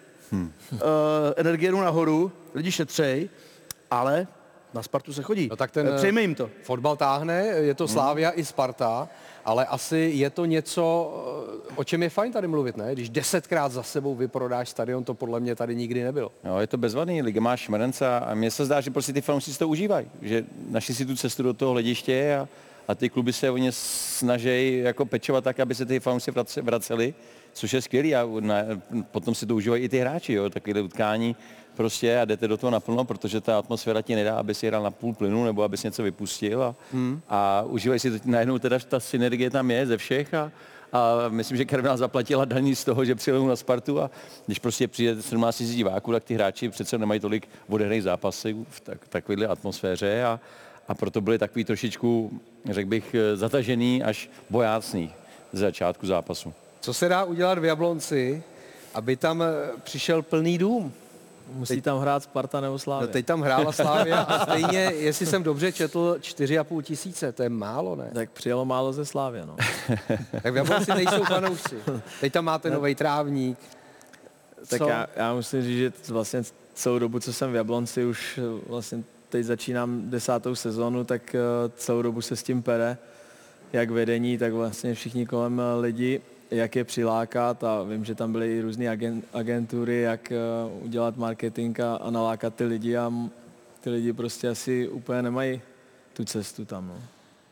energie jdou nahoru, lidi šetřej, ale na Spartu se chodí. No tak ten přejme jim to. Fotbal táhne, je to Slavia i Sparta, ale asi je to něco, o čem je fajn tady mluvit, ne? Když 10krát za sebou vyprodáš stadion, to podle mě tady nikdy nebylo. No, je to bezvadný, liga má šmrnce a mně se zdá, že prostě ty fanoušci si to užívají, že našli si tu cestu do toho hlediště a ty kluby se o ně snaží jako pečovat tak, aby se ty fanoušci vraceli, což je skvělý a potom si to užívají i ty hráči, jo, takové utkání prostě a jdete do toho naplno, protože ta atmosféra ti nedá, aby si hrál na půl plynu nebo aby si něco vypustil a užívají si to najednou, teda ta synergie tam je ze všech a myslím, že Karviná zaplatila daní z toho, že přijeli na Spartu a když prostě přijde 17 000 diváků, tak ty hráči přece nemají tolik odehraných zápasů v takovéhle atmosféře a proto byli takový trošičku, řekl bych, zatažený až bojácný z začátku zápasu. Co se dá udělat v Jablonci, aby tam přišel plný dům? Musí tam hrát Sparta nebo Slavia. No teď tam hrála Slavia a stejně, jestli jsem dobře četl, 4 500, to je málo, ne? Tak přijelo málo ze Slavia, no. Tak v Jablonci nejsou fanoušci. Teď tam máte nový trávník. Tak já musím říct, že vlastně celou dobu, co jsem v Jablonci, už vlastně teď začínám 10. sezonu, tak celou dobu se s tím pere, jak vedení, tak vlastně všichni kolem lidi, jak je přilákat a vím, že tam byly i různé agentury, jak udělat marketing a nalákat ty lidi a ty lidi prostě asi úplně nemají tu cestu tam. No.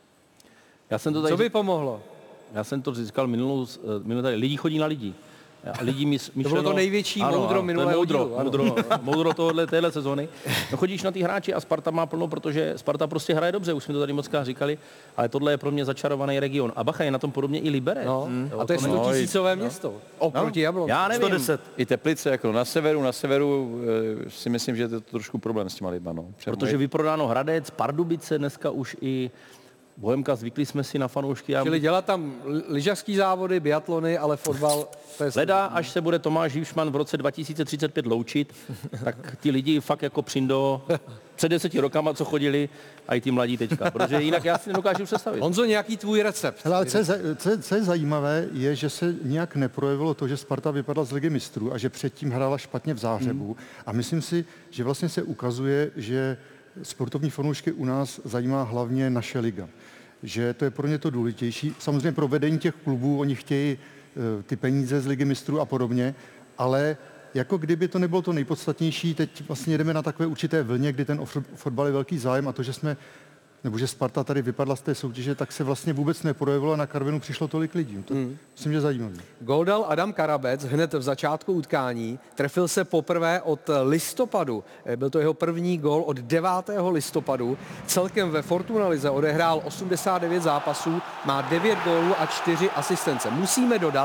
Co by pomohlo? Já jsem to říkal minulou tady. Lidi chodí na lidi. Lidi myšleno, to bylo to největší moudro minulého dílu. Moudro téhle sezóny. No chodíš na ty hráči a Sparta má plno, protože Sparta prostě hraje dobře, už jsme to tady mockrát říkali, ale tohle je pro mě začarovaný region. A bacha, je na tom podobně i Liberec. No, a to je 100 000 město. Oproti Jablonci. Já nevím. 110. I Teplice, jako na severu si myslím, že to je trošku problém s těma lidma. No. Protože vyprodáno Hradec, Pardubice, dneska už i Bohemka, zvykli jsme si na fanoušky. Čili dělat tam lyžařský závody, biatlony, ale fotbal... Leda, až se bude Tomáš Hivšman v roce 2035 loučit, tak ty lidi fakt jako přindo před 10 rokama, co chodili, a i ty mladí teďka. Protože jinak já si nedokážu představit. Honzo, nějaký tvůj recept? Hele, co je zajímavé, je, že se nějak neprojevilo to, že Sparta vypadla z Ligy mistrů a že předtím hrála špatně v Záhřebu. A myslím si, že vlastně se ukazuje, že sportovní fanoušky u nás zajímá hlavně naše liga. Že to je pro ně to důležitější. Samozřejmě pro vedení těch klubů, oni chtějí ty peníze z Ligy mistrů a podobně, ale jako kdyby to nebylo to nejpodstatnější, teď vlastně jedeme na takové určité vlně, kdy ten fotbal je velký zájem a to, že že Sparta tady vypadla z té soutěže, tak se vlastně vůbec neprojevilo a na Karvinu přišlo tolik lidí. To myslím, že zajímavé. Gól dal Adam Karabec hned v začátku utkání, trefil se poprvé od listopadu. Byl to jeho první gól od 9. listopadu. Celkem ve Fortuna lize odehrál 89 zápasů, má 9 gólů a 4 asistence. Musíme dodat,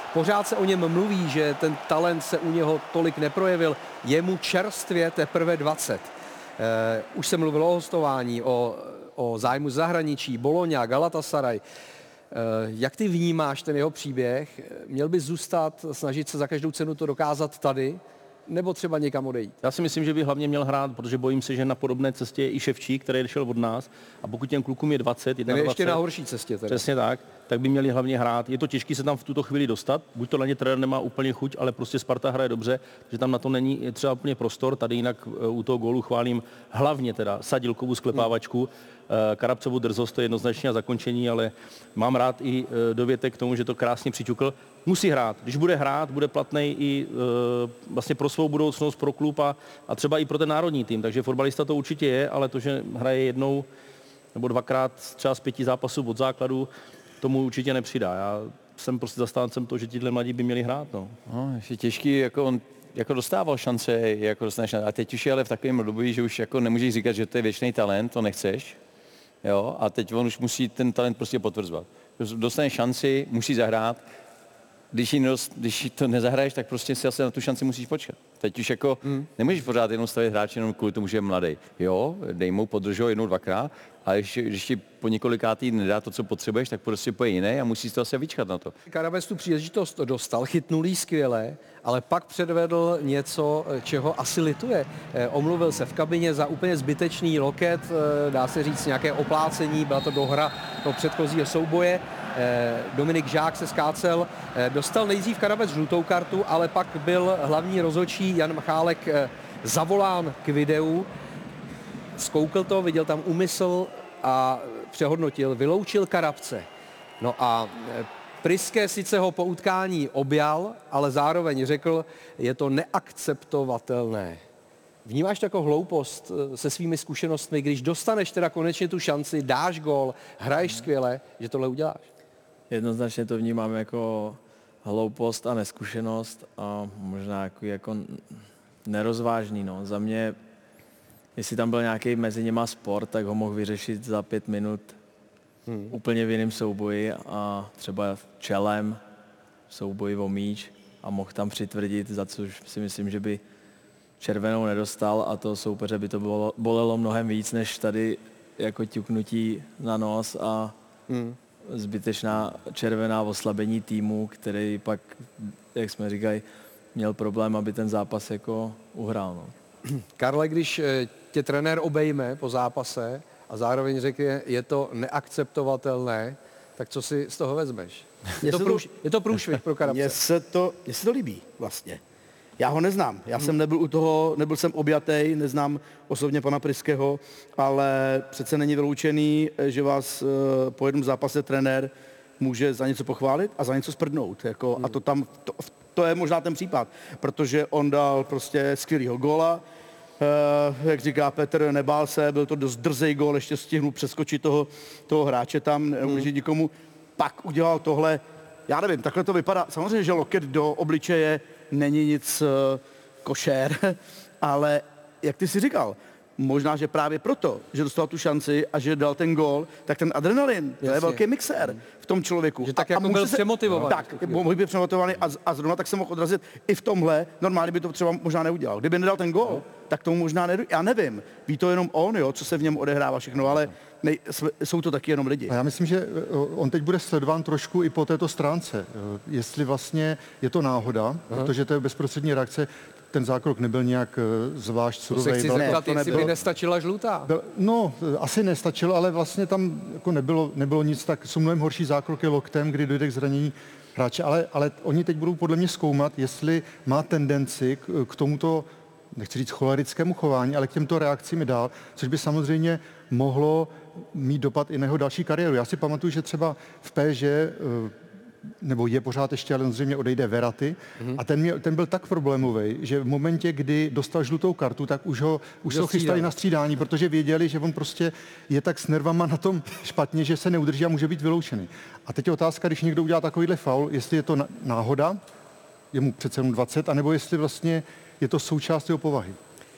Pořád se o něm mluví, že ten talent se u něho tolik neprojevil. Je mu čerstvě teprve 20. Už se mluvilo o hostování, o zájmu zahraničí, Bologna, Galatasaray. Jak ty vnímáš ten jeho příběh? Měl by zůstat, snažit se za každou cenu to dokázat tady, nebo třeba někam odejít? Já si myslím, že by hlavně měl hrát, protože bojím se, že na podobné cestě je i Ševčík, který šel od nás. A pokud těm klukům je 20, 21, je ještě na horší cestě. Teda. Přesně tak by měli hlavně hrát. Je to těžké se tam v tuto chvíli dostat. Buď to na ně trenér nemá úplně chuť, ale prostě Sparta hraje dobře, že tam na to není třeba úplně prostor. Tady jinak u toho gólu chválím hlavně teda Sadilkovu sklepávačku. Karabcovu drzost, to je jednoznačně a zakončení, ale mám rád i dovětek k tomu, že to krásně přiťukl. Musí hrát. Když bude hrát, bude platnej i vlastně pro svou budoucnost, pro klub a třeba i pro ten národní tým. Takže fotbalista to určitě je, ale to, že hraje jednou nebo dvakrát třeba z 5 zápasů od základu, tomu určitě nepřidá. Já jsem prostě zastáncem toho, že tihle mladí by měli hrát. No, je těžký, jako on jako dostával šance, jako dostaneš, a teď už je ale v takovém období, že už jako nemůžeš říkat, že to je věčný talent, to nechceš. Jo, a teď on už musí ten talent prostě potvrzovat. Dostane šanci, musí zahrát. Když to nezahraješ, tak prostě si asi na tu šanci musíš počkat. Teď už jako nemůžeš pořád jenom stavit hráče jenom kvůli tomu, že je mladý. Jo, dej mu, podržo jednou, dvakrát, ale když ti po několikátý nedá to, co potřebuješ, tak prostě poje jiný a musíš to asi vyčkat na to. Karabec tu příležitost dostal, chytnul jí skvěle, ale pak předvedl něco, čeho asi lituje. Omluvil se v kabině za úplně zbytečný loket, dá se říct nějaké oplácení, byla to dohra toho předchozího souboje. Dominik Žák se skácel, dostal nejdřív Karabec žlutou kartu, ale pak byl hlavní rozhodčí Jan Machálek zavolán k videu, zkoukl to, viděl tam úmysl a přehodnotil, vyloučil Karabce. No a Priske sice ho po utkání objal, ale zároveň řekl, je to neakceptovatelné. Vnímáš to jako hloupost se svými zkušenostmi, když dostaneš teda konečně tu šanci, dáš gól, hraješ skvěle, že tohle uděláš? Jednoznačně to vnímám jako hloupost a neskušenost a možná jako nerozvážný. No. Za mě, jestli tam byl nějaký mezi něma sport, tak ho mohl vyřešit za 5 minut úplně v jiném souboji a třeba čelem souboji o míč a mohl tam přitvrdit, za což si myslím, že by červenou nedostal a to soupeře by to bolelo mnohem víc, než tady jako ťuknutí na nos a zbytečná červená oslabení týmu, který pak, jak jsme říkali, měl problém, aby ten zápas jako uhrál. No. Karle, když tě trenér obejme po zápase a zároveň řekne, je to neakceptovatelné, tak co si z toho vezmeš? Je to průšvih pro Karabce. Mně se to líbí vlastně. Já ho neznám. Já jsem nebyl u toho, nebyl jsem objatej, neznám osobně pana Priského, ale přece není vyloučený, že vás po jednom zápase trenér může za něco pochválit a za něco sprdnout. Jako, a to je možná ten případ, protože on dal prostě skvělýho góla, jak říká Petr, nebál se, byl to dost drzej gól, ještě stihnul přeskočit toho hráče tam, nemůže nikomu. Pak udělal tohle, já nevím, takhle to vypadá. Samozřejmě, že loket do obličeje není nic košer, ale jak ty jsi říkal, možná, že právě proto, že dostal tu šanci a že dal ten gól, tak ten adrenalin, to je velký mixér v tom člověku. Že tak jako byl přemotivovaný. Tak, mohl být přemotivovaný a zrovna tak se mohl odrazit i v tomhle. Normálně by to třeba možná neudělal. Kdyby nedal ten gól, tak tomu možná já nevím. Ví to jenom on, jo, co se v něm odehrává všechno, ale jsou to taky jenom lidi. A já myslím, že on teď bude sledován trošku i po této stránce. Jestli vlastně je to náhoda, protože to je bezprostřední reakce, ten zákrok nebyl nějak zvlášť surový. To se chci zeptat, jestli by nestačila žlutá. No, asi nestačilo, ale vlastně tam jako nebylo nic, tak jsou mnohem horší zákroky loktem, kdy dojde k zranění hráče, ale oni teď budou podle mě zkoumat, jestli má tendenci k tomuto, nechci říct cholerickému chování, ale k těmto reakcím dál, což by samozřejmě mohlo mít dopad i na jeho další kariéru. Já si pamatuju, že třeba v PSG nebo je pořád ještě, ale zřejmě odejde Verratti. A ten byl tak problémový, že v momentě, kdy dostal žlutou kartu, tak už se ho chystali na střídání, protože věděli, že on prostě je tak s nervama na tom špatně, že se neudrží a může být vyloučený. A teď je otázka, když někdo udělá takovýhle faul, jestli je to náhoda, je mu přece jenom 20, anebo jestli vlastně je to součást jeho povahy.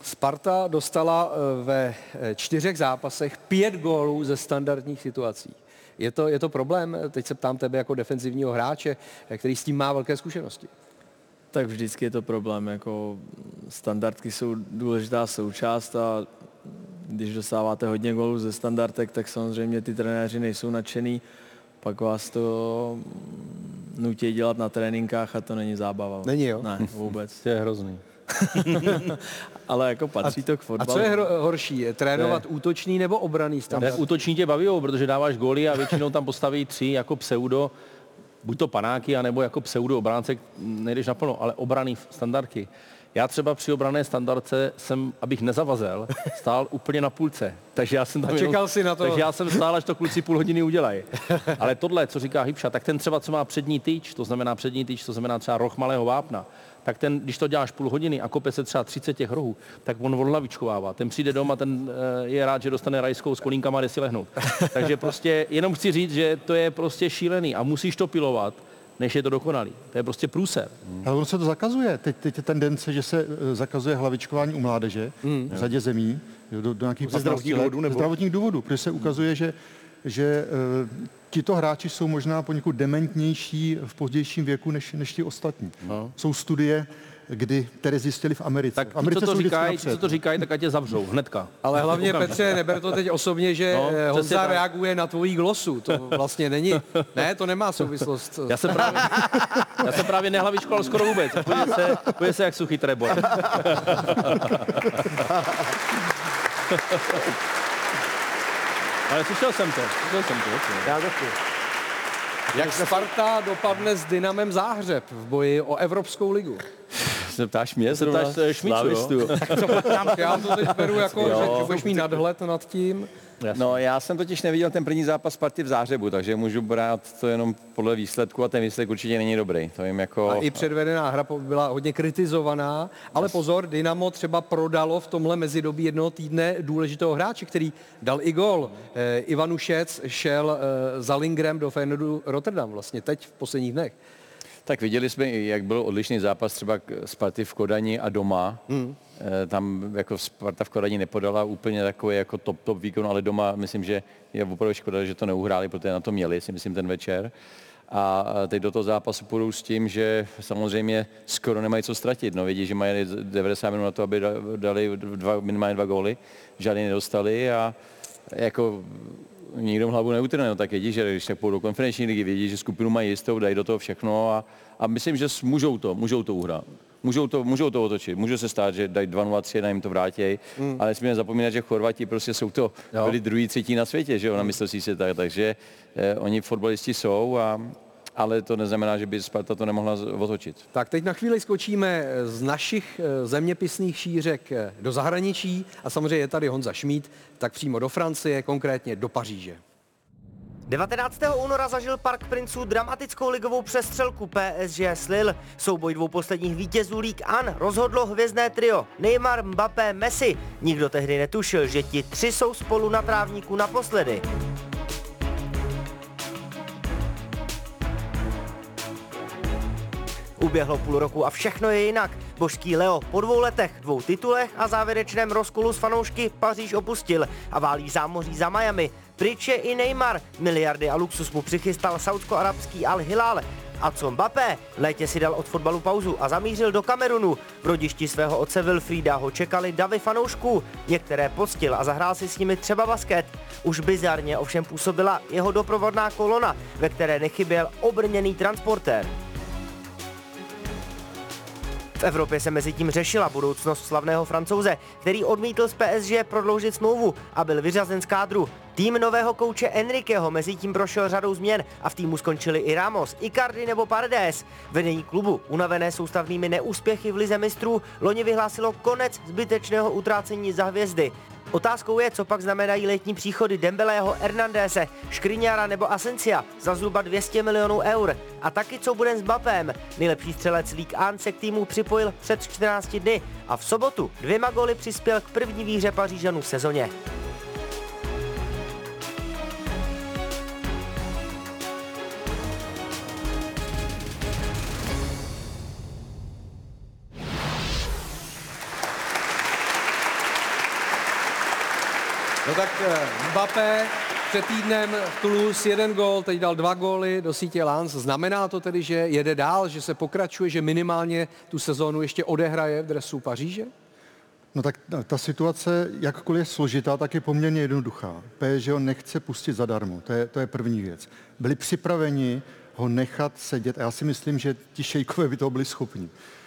Sparta dostala ve 4 zápasech 5 gólů ze standardních situací. Je to problém? Teď se ptám tebe jako defenzivního hráče, který s tím má velké zkušenosti. Tak vždycky je to problém, jako standardky jsou důležitá součást a když dostáváte hodně gólů ze standardek, tak samozřejmě ty trenéři nejsou nadšený, pak vás to nutí dělat na tréninkách a to není zábava. Není, jo? Ne, vůbec. To je hrozný. Ale jako patří to k fotbalu. A co je horší? Trénovat útočný nebo obranný standard? Útoční tě baví, protože dáváš góly a většinou tam postaví 3 jako pseudo, buď to panáky, anebo jako pseudo obránce, nejdeš naplno, ale obraný standardky. Já třeba při obrané standardce jsem, abych nezavazel, stál úplně na půlce. Takže já jsem tam čekal si na to. Takže já jsem stál, až to kluci půl hodiny udělají. Ale tohle, co říká Hybša, tak ten třeba, co má přední tyč, to znamená třeba roh malého vápna, tak ten, když to děláš půl hodiny a kope se třeba 30 těch rohů, tak on odhlavičkovává. Ten přijde doma, ten je rád, že dostane rajskou s kolínkama, jde si lehnout. Takže prostě jenom chci říct, že to je prostě šílený a musíš to pilovat, než je to dokonalý. To je prostě průser. Ale ono se to zakazuje. Teď je tendence, že se zakazuje hlavičkování u mládeže v řadě zemí do nějakých 15 let. Zdravotních důvodů, protože se ukazuje, že tito hráči jsou možná poněkud dementnější v pozdějším věku než ti ostatní. No. Jsou studie, které zjistili v Americe. Tak co to říkají, tak ať je zavřou hnedka. Ale hlavně, Petře, neber to teď osobně, že Honza reaguje na tvojí glosu. To vlastně není, ne, to nemá souvislost. Já jsem právě nehlavičkoval skoro vůbec. Podívej se, jak suchý trebor. Ale slyšel jsem to. Já taky. Jak Sparta dopadne s Dynamem Záhřeb v boji o Evropskou ligu? Se ptáš mě? Se ptáš Šmícu, jo? Já to teď beru jako, že budeš mít nadhled nad tím. No, já jsem totiž neviděl ten první zápas Sparty v Záhřebu, takže můžu brát to jenom podle výsledku a ten výsledek určitě není dobrý. To jim jako... A i předvedená hra byla hodně kritizovaná, ale pozor, Dynamo třeba prodalo v tomhle mezidobí jednoho týdne důležitého hráče, který dal i gól. Ivan Ušec šel za Lingrem do Feyenoordu Rotterdam vlastně teď v posledních dnech. Tak viděli jsme, jak byl odlišný zápas třeba Sparty v Kodani a doma. Tam jako Sparta v Kodani nepodala úplně takový jako top výkon, ale doma myslím, že je opravdu škoda, že to neuhráli, protože na to měli, si myslím, ten večer. A teď do toho zápasu půjdou s tím, že samozřejmě skoro nemají co ztratit. No, vidí, že mají 90 minut na to, aby dali minimálně 2 góly, žádný nedostali a jako nikdo hlavu neutrne, no tak jedí, že když tak půjdou do konferenční ligy, vědí, že skupinu mají jistou, dají do toho všechno a myslím, že můžou to uhrát. Můžou to otočit. Může se stát, že dají 2-0, 3-1, jim to vrátí, ale nesmíme zapomínat, že Chorvati prostě jsou to byli druhý, třetí na světě, že jo, na mistrovství světa, takže oni fotbalisti jsou ale to neznamená, že by Sparta to nemohla otočit. Tak teď na chvíli skočíme z našich zeměpisných šířek do zahraničí a samozřejmě je tady Honza Šmíd, tak přímo do Francie, konkrétně do Paříže. 19. února zažil Park princů dramatickou ligovou přestřelku PSG s Lille. Souboj 2 posledních vítězů Ligue 1 rozhodlo hvězdné trio Neymar, Mbappé, Messi. Nikdo tehdy netušil, že ti 3 jsou spolu na trávníku naposledy. Uběhlo půl roku a všechno je jinak. Božský Leo po 2 letech, 2 titulech a závěrečném rozkolu s fanoušky Paříž opustil a válí zámoří za Miami. Pryč je i Neymar. Miliardy a luxus mu přichystal saúdsko-arabský Al Hilal. A co Mbappé? V létě si dal od fotbalu pauzu a zamířil do Kamerunu. V rodišti svého otce Wilfrida ho čekali davy fanoušků. Některé poctil a zahrál si s nimi třeba basket. Už bizarně ovšem působila jeho doprovodná kolona, ve které nechyběl obrněný transportér. V Evropě se mezi tím řešila budoucnost slavného Francouze, který odmítl z PSG prodloužit smlouvu a byl vyřazen z kádru. Tým nového kouče Enriqueho mezi tím prošel řadou změn a v týmu skončili i Ramos, Icardi nebo Paredes. Vedení klubu, unavené soustavnými neúspěchy v lize mistrů, loni vyhlásilo konec zbytečného utrácení za hvězdy. Otázkou je, co pak znamenají letní příchody Dembeleho, Hernandéze, Škriňára nebo Asensia za zhruba 200 milionů eur. A taky co bude s Mbappém. Nejlepší střelec Ligue 1 se k týmu připojil před 14 dny a v sobotu 2 góly přispěl k první výhře Pařížanů v sezóně. No tak Mbappé před týdnem v Toulouse 1 gól, teď dal 2 góly do sítě Lens. Znamená to tedy, že jede dál, že se pokračuje, že minimálně tu sezónu ještě odehraje v dresu Paříže? No tak ta situace, jakkoliv je složitá, tak je poměrně jednoduchá. PSG ho nechce pustit zadarmo, to je první věc. Byli připraveni ho nechat sedět a já si myslím, že ti šejkové by toho byli schopni.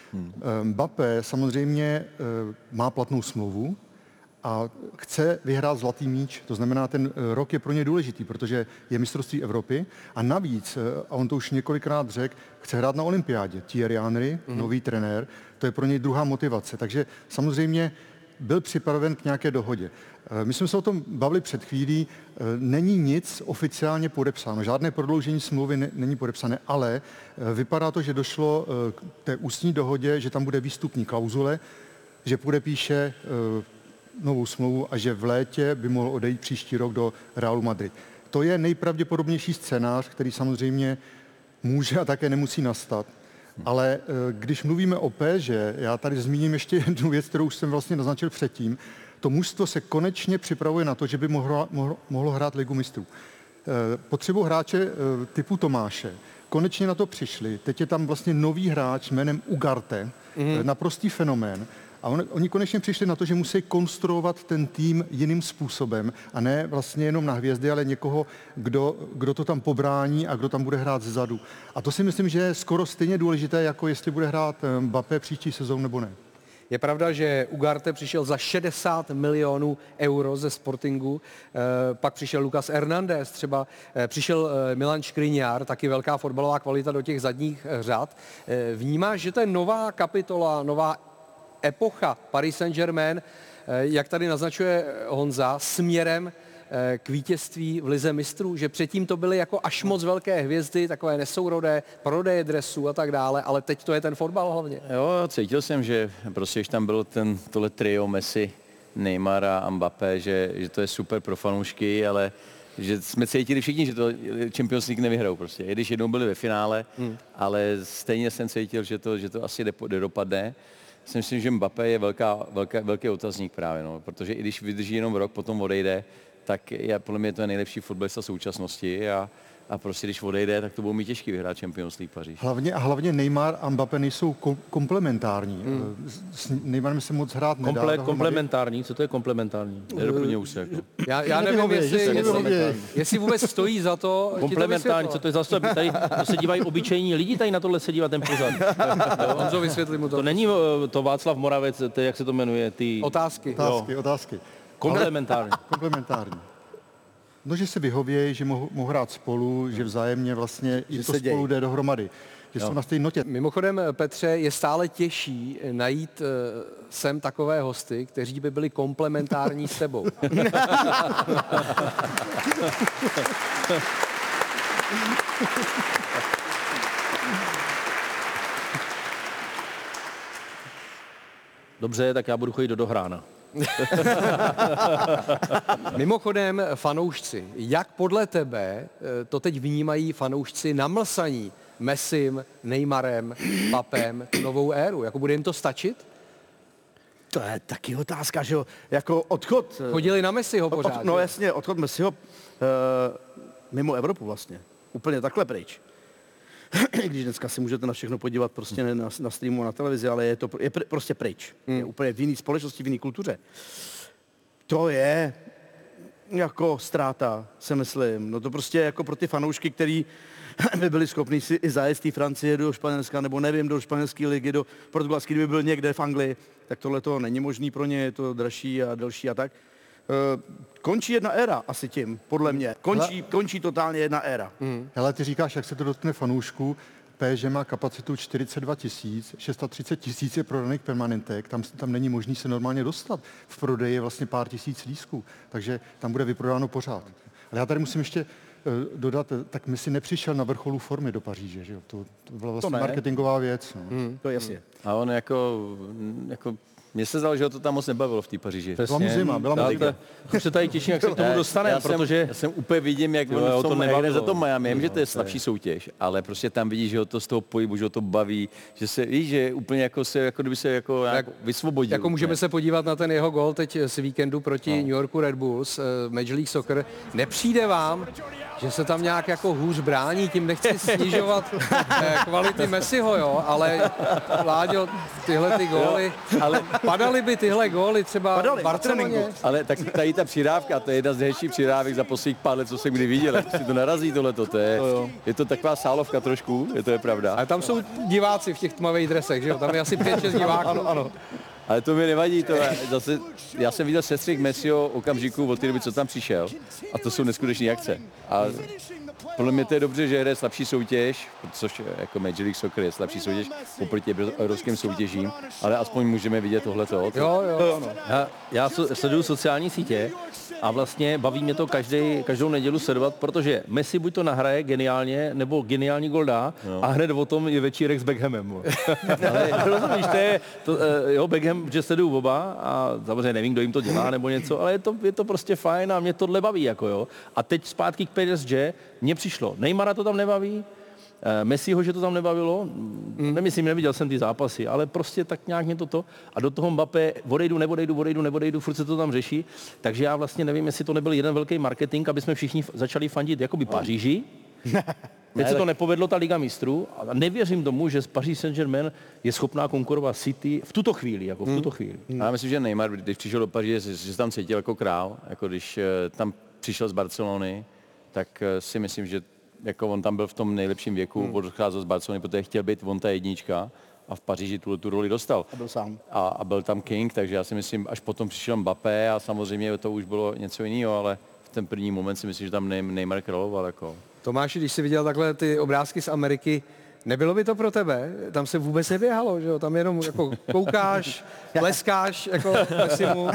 Mbappé samozřejmě má platnou smlouvu a chce vyhrát zlatý míč, to znamená, ten rok je pro ně důležitý, protože je mistrovství Evropy a navíc, a on to už několikrát řekl, chce hrát na olympiádě. Thierry Henry, nový trenér, to je pro něj druhá motivace, takže samozřejmě byl připraven k nějaké dohodě. My jsme se o tom bavili před chvílí, není nic oficiálně podepsáno, žádné prodloužení smlouvy není podepsané, ale vypadá to, že došlo k té ústní dohodě, že tam bude výstupní klauzule, že podepíše novou smlouvu a že v létě by mohl odejít příští rok do Realu Madrid. To je nejpravděpodobnější scénář, který samozřejmě může a také nemusí nastat. Ale když mluvíme o PSG, já tady zmíním ještě jednu věc, kterou už jsem vlastně naznačil předtím. To mužstvo se konečně připravuje na to, že by mohlo hrát Ligu mistrů. Potřebují hráče typu Tomáše. Konečně na to přišli. Teď je tam vlastně nový hráč jménem Ugarte, naprostý fenomén. A oni konečně přišli na to, že musí konstruovat ten tým jiným způsobem a ne vlastně jenom na hvězdy, ale někoho, kdo to tam pobrání a kdo tam bude hrát zezadu. A to si myslím, že je skoro stejně důležité, jako jestli bude hrát Mbappé příští sezónu nebo ne. Je pravda, že Ugarte přišel za 60 milionů euro ze Sportingu, pak přišel Lucas Hernandez, třeba přišel Milan Škriňár, taky velká fotbalová kvalita do těch zadních řad. Vnímáš, že to je nová kapitola, nová epocha Paris Saint-Germain, jak tady naznačuje Honza, směrem k vítězství v lize mistrů, že předtím to byly jako až moc velké hvězdy, takové nesourodé, prodeje dresů a tak dále, ale teď to je ten fotbal hlavně. Jo, cítil jsem, že prostě, když tam bylo tohle trio Messi, Neymar a Mbappé, že to je super pro fanoušky, ale že jsme cítili všichni, že to Champions League nevyhrajou prostě. I když jednou byli ve finále, ale stejně jsem cítil, že to asi nedopadne. Myslím, že Mbappé je velký otazník právě, no, protože i když vydrží jenom rok, potom odejde, tak podle mě to je nejlepší fotbalista současnosti a prostě když odejde, tak to budou mít těžký vyhrát Champions League Paříž. Hlavně Neymar a Mbappé nejsou komplementární. S Neymarem se moc hrát nedá. Komplementární? Co to je komplementární? Nedoplňují se. Jako. Já nevím, jestli vůbec stojí za to. Komplementární, co to je za to? Tady to se dívají obyčejní lidi, tady na tohle se dívá ten pořad. Honzo, vysvětli mu to. To není to Václav Moravec, jak se to jmenuje? Otázky. Komplementární. No, že se vyhovějí, že mohou hrát spolu, že vzájemně vlastně i to spolu jde dohromady. Že jsou na stejné notě. Mimochodem, Petře, je stále těžší najít sem takové hosty, kteří by byli komplementární s tebou. Dobře, tak já budu chodit do Dohrána. Mimochodem, fanoušci, jak podle tebe to teď vnímají fanoušci namlsaní Messim, Neymarem, Mbappém tu novou éru? Jako bude jim to stačit? To je taky otázka, že jo, jako odchod... Chodili na Messiho pořád. No jasně, odchod Messiho mimo Evropu vlastně. Úplně takhle pryč. Když dneska si můžete na všechno podívat prostě na streamu, na televizi, ale je prostě pryč. Je úplně v jiné společnosti, v jiné kultuře. To je jako ztráta, si myslím. No to prostě jako pro ty fanoušky, který by byli schopni si i zajet z té Francie do Španělska, nebo nevím, do španělské ligy, do portugalské, kdyby byl někde v Anglii, tak tohle to není možný pro ně, je to dražší a delší a tak. Končí jedna éra asi tím, podle mě. Končí totálně jedna éra. Hele, ty říkáš, jak se to dotkne fanoušků. PSG má kapacitu 42 000, 630 000 je prodaných permanentek, tam není možný se normálně dostat. V prodeji je vlastně pár tisíc lístků, takže tam bude vyprodáno pořád. Ale já tady musím ještě dodat, tak Messi nepřišel na vrcholu formy do Paříže, že jo? To byla vlastně marketingová věc. No. To je jasně. A on jako Mně se zdalo, že ho to tam moc nebavilo v té Paříži. Byla mu zima, byla mu zima. Už se tady těším, jak se k tomu dostaneme, protože... Já jsem úplně vidím, jak on v tom hraje za to Miami, vím, že to je slabší soutěž, ale prostě tam vidíš, že ho to z toho pohybu, že ho to baví, že se víš, že úplně jako kdyby se vysvobodil. Jako můžeme se podívat na ten jeho gol teď z víkendu proti New Yorku Red Bulls, Major League Soccer. Nepřijde vám, že se tam nějak jako hůř brání, tím nechci snižovat kvality Messiho, jo, ale Láďo, tyhle ty góly, ale padaly by tyhle góly třeba v Barceloně. Ale tak tady ta přidávka, to je jedna z nejhezčích přidávek za posledních pár let, co jsem kdy viděl, jak si to narazí tohleto, je to taková sálovka trošku, to je pravda. Ale tam jsou diváci v těch tmavých dresech, že jo, tam je asi 5-6 diváků. Ano. Ale to mi nevadí, zase, já jsem viděl sestřih Messiho okamžiku od té doby, co tam přišel, a to jsou neskutečné akce. A podle mě to je dobře, že hraje slabší soutěž, což jako Major League Soccer je slabší soutěž oproti evropským soutěžím, ale aspoň můžeme vidět tohleto. Jo. Já sleduju sociální sítě a vlastně baví mě to každou neděli sledovat, protože Messi buď to nahraje geniálně, nebo geniální gol dá a hned o tom je večírek s Beckhamem. Ale rozumíš, jo, Beckham, že sleduju oba a samozřejmě nevím, kdo jim to dělá nebo něco, ale je to prostě fajn a mě tohle baví, jako jo. A teď zpátky k PSG, mně přišlo, Neymara to tam nebaví, Messiho, že to tam nebavilo, nemyslím, neviděl jsem ty zápasy, ale prostě tak nějak mě toto a do toho Mbappé odejdu, furt se to tam řeší, takže já vlastně nevím, jestli to nebyl jeden velký marketing, aby jsme všichni začali fandit jakoby Paříži. Teď se to nepovedlo, ta Liga mistrů, a nevěřím tomu, že z Paris Saint-Germain je schopná konkurovat City v tuto chvíli, jako v tuto chvíli. Já myslím, že Neymar, když přišel do Paříže, že se tam cítil jako král, jako když tam přišel z Barcelony, tak si myslím, že jako on tam byl v tom nejlepším věku, odcházel z Barcelony, protože chtěl být on ta jednička a v Paříži tu roli dostal. A byl sám. A byl tam king, takže já si myslím, až potom přišel Mbappé a samozřejmě to už bylo něco jiného, ale v ten první moment si myslím, že tam Neymar královal. Jako. Tomáši, když jsi viděl takhle ty obrázky z Ameriky, nebylo by to pro tebe? Tam se vůbec neběhalo, že jo? Tam jenom jako koukáš, tleskáš, jako Messimu.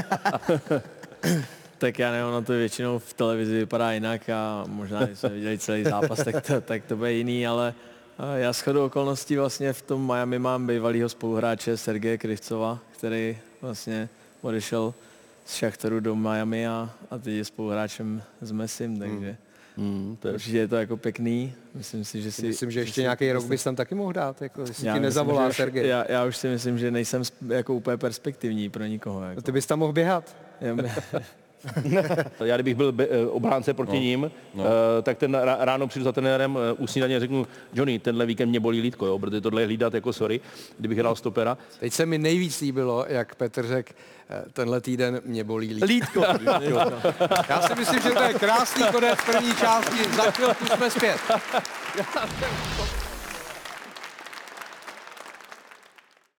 Tak já nevím, na to většinou v televizi vypadá jinak a možná, když jsme viděli celý zápas, tak to bude jiný, ale já shodou okolností vlastně v tom Miami mám bývalýho spoluhráče Sergeje Krivcova, který vlastně odešel z Šachtaru do Miami a teď je spoluhráčem s Messim, takže určitě je to jako pěkný. Myslím si, že ještě nějaký rok bys tam taky mohl dát, jako, jestli ti nezavolá Sergej. Já už si myslím, že nejsem jako úplně perspektivní pro nikoho. Jako. Ty bys tam mohl běhat. Já kdybych byl obránce proti ním, tak ten ráno přijdu za trenérem u snídaně a řeknu, Johnny, tenhle víkend mě bolí lítko, jo, protože tohle je hlídat jako sorry, kdybych hrál stopera. Teď se mi nejvíc líbilo, jak Petr řekl, tenhle týden mě bolí lítko. Já si myslím, že to je krásný konec první části, za chvilku jsme zpět.